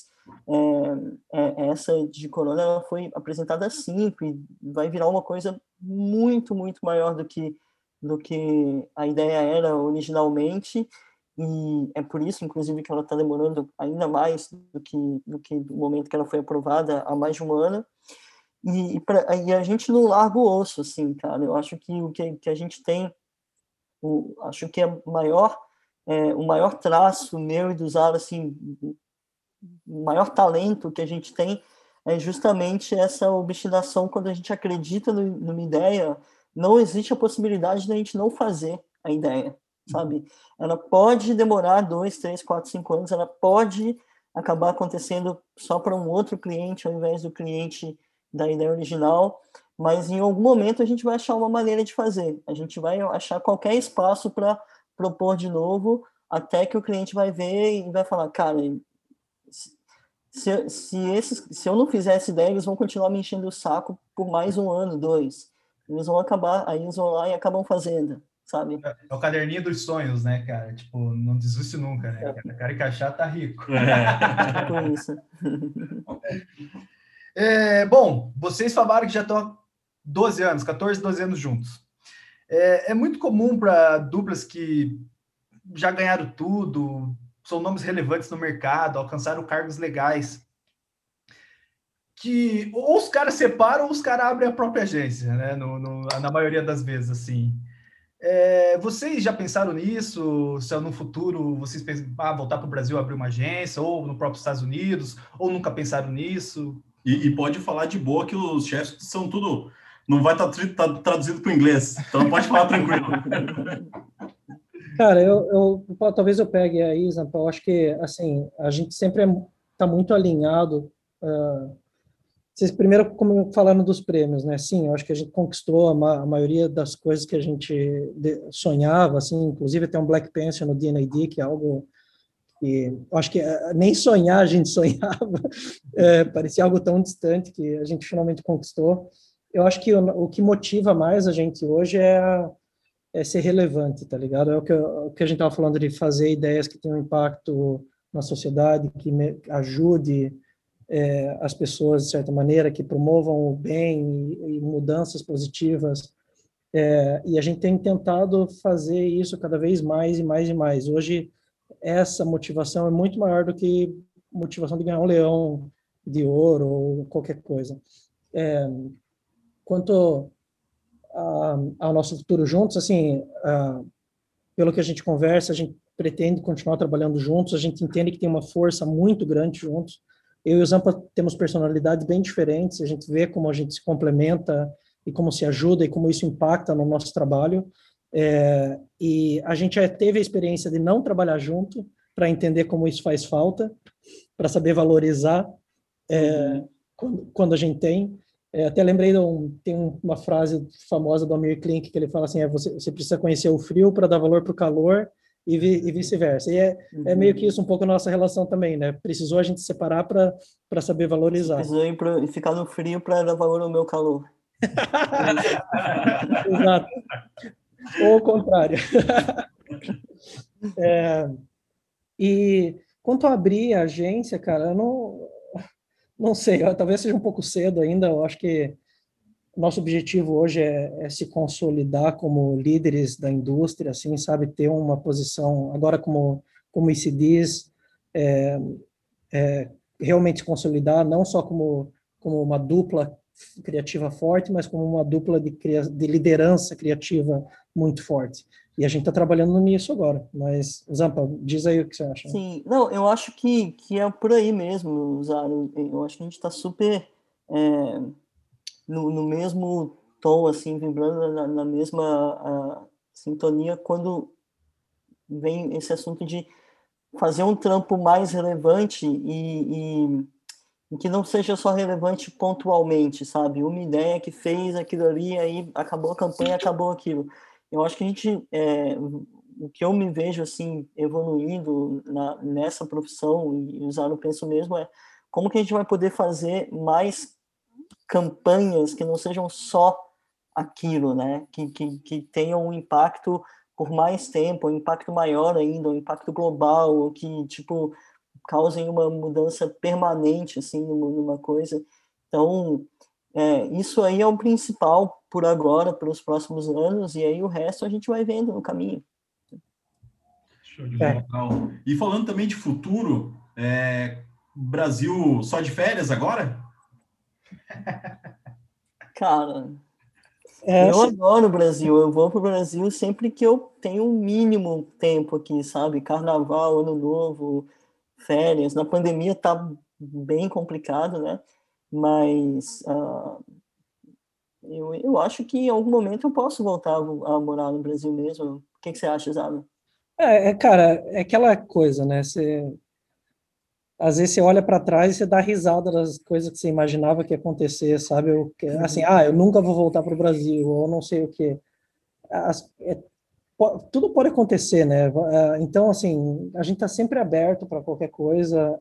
essa de Corona ela foi apresentada assim, e vai virar uma coisa muito, muito maior do que a ideia era originalmente, e é por isso, inclusive, que ela está demorando ainda mais do que o momento que ela foi aprovada há mais de um ano. E a gente não larga o osso, assim, cara. Eu acho que o que a gente tem, acho que o maior traço meu e do Zara, assim, o maior talento que a gente tem é justamente essa obstinação. Quando a gente acredita numa ideia, não existe a possibilidade de a gente não fazer a ideia, sabe? Ela pode demorar 2, 3, 4, 5 anos, ela pode acabar acontecendo só para um outro cliente ao invés do cliente da ideia original, mas em algum momento a gente vai achar uma maneira de fazer, a gente vai achar qualquer espaço para propor de novo, até que o cliente vai ver e vai falar, cara, se eu não fizer essa ideia, eles vão continuar me enchendo o saco por mais 1 ano, 2. Eles vão acabar, aí eles vão lá e acabam fazendo, sabe? É o caderninho dos sonhos, né, cara? Tipo, não desiste nunca, né? O cara que achar tá rico. Com isso. Bom, vocês falaram que já estão há 12 anos, 14, 12 anos juntos. É muito comum para duplas que já ganharam tudo, são nomes relevantes no mercado, alcançaram cargos legais, que ou os caras separam ou os caras abrem a própria agência, né? Na maioria das vezes, assim. Vocês já pensaram nisso? Se no futuro vocês pensam, voltar para o Brasil abrir uma agência, ou no próprio Estados Unidos, ou nunca pensaram nisso? E pode falar de boa que os chefes são tudo... Não vai estar traduzido para o inglês, então pode falar tranquilo. Cara, talvez eu pegue aí, Zampa, eu acho que, assim, a gente sempre está muito alinhado. Vocês primeiro falando dos prêmios, né? Sim, eu acho que a gente conquistou a maioria das coisas que a gente sonhava, assim, inclusive até um Black Pencil no D&AD, que é algo que eu acho que nem sonhar a gente sonhava, parecia algo tão distante que a gente finalmente conquistou. Eu acho que o que motiva mais a gente hoje é ser relevante, tá ligado? É o que a gente estava falando de fazer ideias que tenham impacto na sociedade, que ajude as pessoas de certa maneira, que promovam o bem e mudanças positivas. E a gente tem tentado fazer isso cada vez mais e mais e mais. Hoje, essa motivação é muito maior do que motivação de ganhar um leão de ouro ou qualquer coisa. Quanto ao nosso futuro juntos, assim, pelo que a gente conversa, a gente pretende continuar trabalhando juntos, a gente entende que tem uma força muito grande juntos. Eu e o Zampa temos personalidades bem diferentes, a gente vê como a gente se complementa e como se ajuda e como isso impacta no nosso trabalho. E a gente já teve a experiência de não trabalhar junto para entender como isso faz falta, para saber valorizar quando a gente tem. Até lembrei, tem uma frase famosa do Amir Klink que ele fala assim, você precisa conhecer o frio para dar valor para o calor e vice-versa. E é meio que isso um pouco a nossa relação também, né? Precisou a gente se separar para saber valorizar. Precisou ficar no frio para dar valor ao meu calor. Exato. Ou o contrário. E quanto a abrir a agência, cara, eu não sei, talvez seja um pouco cedo ainda. Eu acho que nosso objetivo hoje é se consolidar como líderes da indústria, assim, sabe, ter uma posição agora como ICDs, realmente se consolidar, não só como uma dupla criativa forte, mas como uma dupla de liderança criativa muito forte. E a gente está trabalhando nisso agora. Mas, Zampa, diz aí o que você acha. Sim, não, eu acho que é por aí mesmo, Zaro. Eu acho que a gente está super no mesmo tom, assim, vibrando na mesma sintonia quando vem esse assunto de fazer um trampo mais relevante e que não seja só relevante pontualmente, sabe? Uma ideia que fez aquilo ali, aí acabou a campanha, acabou aquilo. Eu acho que a gente, o que eu me vejo, assim, evoluindo nessa profissão, e usar o penso mesmo, é como que a gente vai poder fazer mais campanhas que não sejam só aquilo, né? Que tenham um impacto por mais tempo, um impacto maior ainda, um impacto global, que, tipo, causem uma mudança permanente, assim, numa coisa. Então, isso aí é o principal por agora, pelos próximos anos, e aí o resto a gente vai vendo no caminho. Show de bola. E falando também de futuro, Brasil só de férias agora? Cara, eu adoro o Brasil, eu vou pro Brasil sempre que eu tenho um mínimo tempo aqui, sabe? Carnaval, Ano Novo, férias. Na pandemia tá bem complicado, né? Mas eu acho que em algum momento eu posso voltar a morar no Brasil mesmo. O que você acha, Zado? Cara, é aquela coisa, né? Às vezes você olha para trás e você dá risada das coisas que você imaginava que ia acontecer, sabe? Assim, eu nunca vou voltar para o Brasil, ou não sei o quê. Tudo pode acontecer, né? Então, assim, a gente está sempre aberto para qualquer coisa,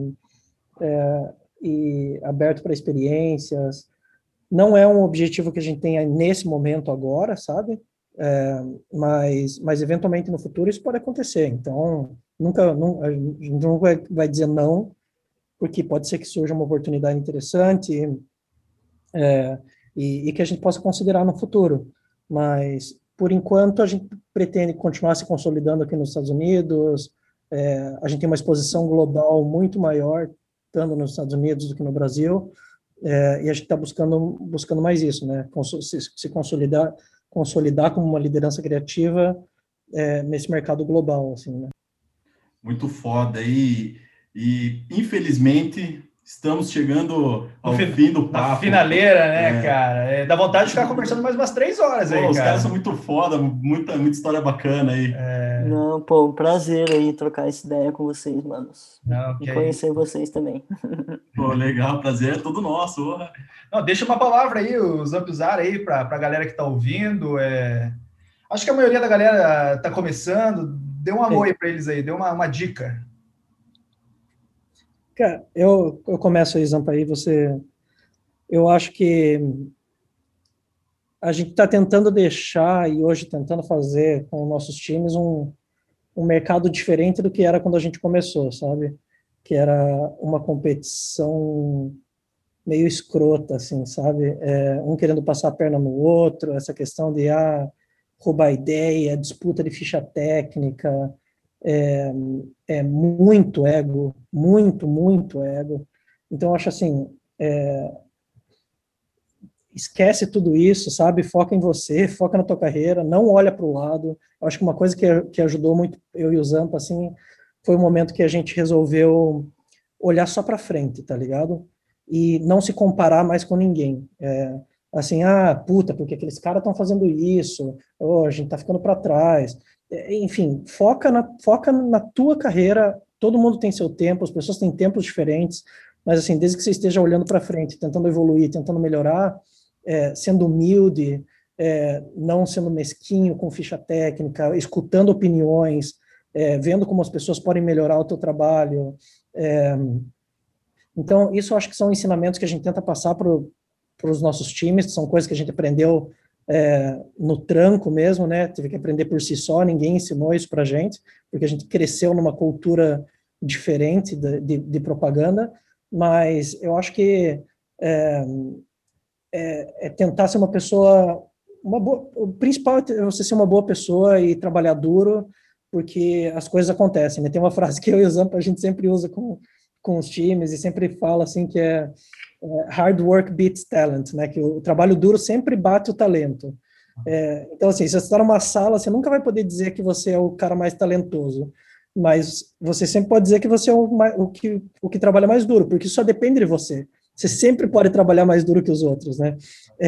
e aberto para experiências. Não é um objetivo que a gente tenha nesse momento agora, sabe? Mas eventualmente no futuro isso pode acontecer. Então, a gente nunca vai dizer não, porque pode ser que surja uma oportunidade interessante, e que a gente possa considerar no futuro. Mas, por enquanto, a gente pretende continuar se consolidando aqui nos Estados Unidos. A gente tem uma exposição global muito maior, estando nos Estados Unidos do que no Brasil, e a gente está buscando mais isso, né? Se consolidar como uma liderança criativa nesse mercado global, assim, né? Muito foda. E infelizmente, estamos chegando ao fim do papo. Na finaleira, né, cara? Dá vontade de ficar conversando mais umas 3 horas aí, os cara. caras são muito foda, muita história bacana aí. Não, pô, prazer aí trocar essa ideia com vocês, manos. E conhecer vocês também. Pô, legal, prazer é todo nosso. Porra. Não, deixa uma palavra aí, o Zampzar aí, pra galera que tá ouvindo. Acho que a maioria da galera tá começando. Dê um amor aí pra eles aí, dê uma dica. Cara, eu começo aí, Zampa, aí eu acho que a gente está tentando deixar, e hoje tentando fazer com nossos times, um mercado diferente do que era quando a gente começou, sabe? Que era uma competição meio escrota, assim, sabe? Um querendo passar a perna no outro, essa questão de roubar ideia, disputa de ficha técnica, muito ego, muito ego. Então, eu acho assim, esquece tudo isso, sabe? Foca em você, foca na tua carreira, não olha para o lado. Eu acho que uma coisa que ajudou muito eu e o Zampa, assim, foi o momento que a gente resolveu olhar só para frente, tá ligado? E não se comparar mais com ninguém. Assim, puta, porque aqueles caras estão fazendo isso, a gente tá ficando para trás. Enfim, foca na tua carreira. Todo mundo tem seu tempo, as pessoas têm tempos diferentes, mas assim, desde que você esteja olhando para frente, tentando evoluir, tentando melhorar, sendo humilde, não sendo mesquinho com ficha técnica, escutando opiniões, vendo como as pessoas podem melhorar o teu trabalho. Então, isso eu acho que são ensinamentos que a gente tenta passar para os nossos times, são coisas que a gente aprendeu no tranco mesmo, né? Teve que aprender por si só, ninguém ensinou isso para a gente, porque a gente cresceu numa cultura diferente de propaganda, mas eu acho que tentar ser uma pessoa, o principal é você ser uma boa pessoa e trabalhar duro, porque as coisas acontecem, né? Tem uma frase que eu e o Zampa a gente sempre usa com os times e sempre fala assim que hard work beats talent, né? Que o trabalho duro sempre bate o talento. Então, assim, se você está numa sala, você nunca vai poder dizer que você é o cara mais talentoso, mas você sempre pode dizer que você é o que trabalha mais duro, porque isso só depende de você. Você sempre pode trabalhar mais duro que os outros, né?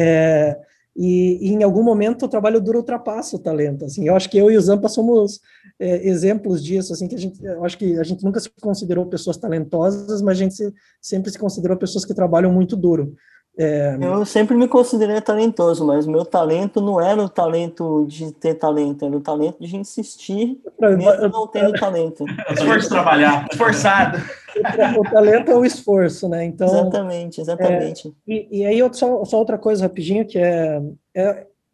E em algum momento o trabalho duro ultrapassa o talento, assim. Eu acho que eu e o Zampa somos exemplos disso, assim, que eu acho que a gente nunca se considerou pessoas talentosas, mas a gente sempre se considerou pessoas que trabalham muito duro. Eu sempre me considerei talentoso, mas meu talento não era o talento de ter talento, era o talento de insistir, mesmo não tendo talento. Esforço de trabalhar. Esforçado. O talento é o esforço, né? Então, exatamente. E aí, só outra coisa rapidinho, que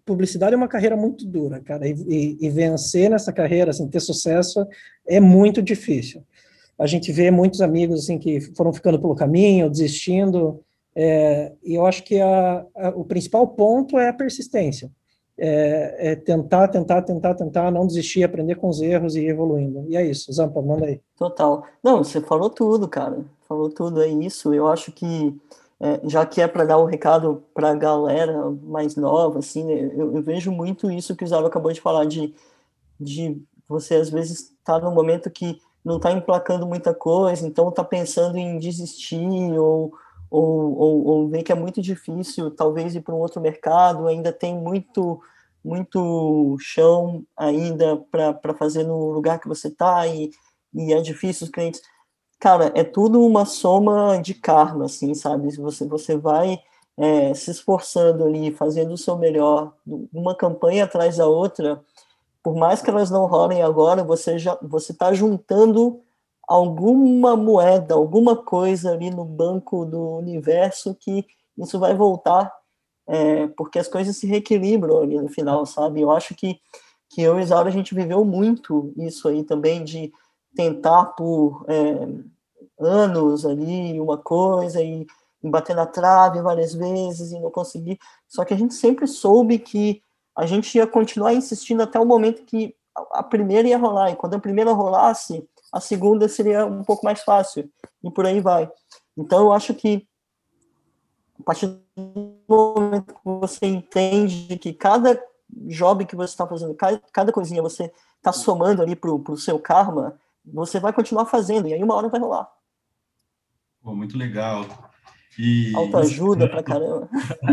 publicidade é uma carreira muito dura, cara, e vencer nessa carreira, assim, ter sucesso é muito difícil. A gente vê muitos amigos, assim, que foram ficando pelo caminho, desistindo, e eu acho que o principal ponto é a persistência. Tentar, não desistir, aprender com os erros e ir evoluindo. E é isso, Zampa, manda aí. Total. Não, você falou tudo, cara. Falou tudo, é isso. Eu acho que, já que é para dar um recado para a galera mais nova, assim, né, eu vejo muito isso que o Zaro acabou de falar, de você, às vezes, estar num momento que não está emplacando muita coisa, então está pensando em desistir ou ver que é muito difícil, talvez, ir para um outro mercado, ainda tem muito chão ainda para fazer no lugar que você está, e é difícil os clientes. Cara, é tudo uma soma de karma, assim, sabe? Você vai se esforçando ali, fazendo o seu melhor, uma campanha atrás da outra, por mais que elas não rolem agora, você está juntando alguma moeda, alguma coisa ali no banco do universo que isso vai voltar, porque as coisas se reequilibram ali no final, sabe? Eu acho que eu e Isaura, a gente viveu muito isso aí também, de tentar por anos ali uma coisa e bater na trave várias vezes e não conseguir, só que a gente sempre soube que a gente ia continuar insistindo até o momento que a primeira ia rolar, e quando a primeira rolasse, a segunda seria um pouco mais fácil, e por aí vai. Então, eu acho que a partir do momento que você entende que cada job que você está fazendo, cada coisinha você está somando ali para o seu karma, você vai continuar fazendo, e aí uma hora vai rolar. Pô, muito legal. Autoajuda pra caramba.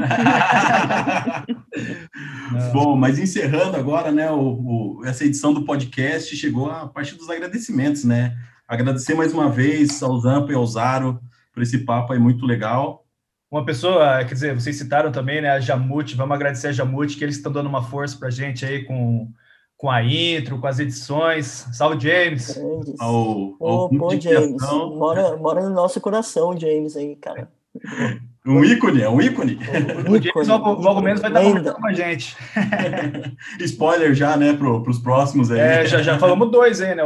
Bom, mas encerrando agora, né, essa edição do podcast, chegou a parte dos agradecimentos, né? Agradecer mais uma vez ao Zampa e ao Zaro por esse papo aí muito legal. Uma pessoa, quer dizer, vocês citaram também, né, a Jamute, vamos agradecer a Jamute, que eles estão dando uma força pra gente aí com a intro, com as edições. Salve, James! Pô, James, mora no nosso coração, James, aí, cara. Um ícone, é um ícone. O James logo menos vai estar conversando com a gente. Spoiler já, né, para os próximos aí. Já falamos 2 aí, né?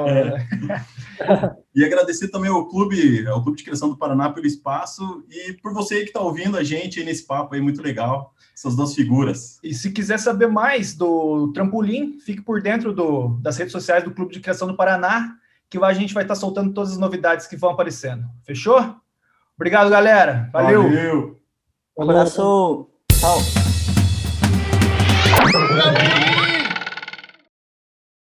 E agradecer também ao Clube de Criação do Paraná pelo espaço e por você aí que está ouvindo a gente aí nesse papo aí, muito legal, essas duas figuras. E se quiser saber mais do Trampolim, fique por dentro das redes sociais do Clube de Criação do Paraná, que a gente vai estar soltando todas as novidades que vão aparecendo. Fechou? Obrigado, galera. Valeu. Um abraço. Tchau.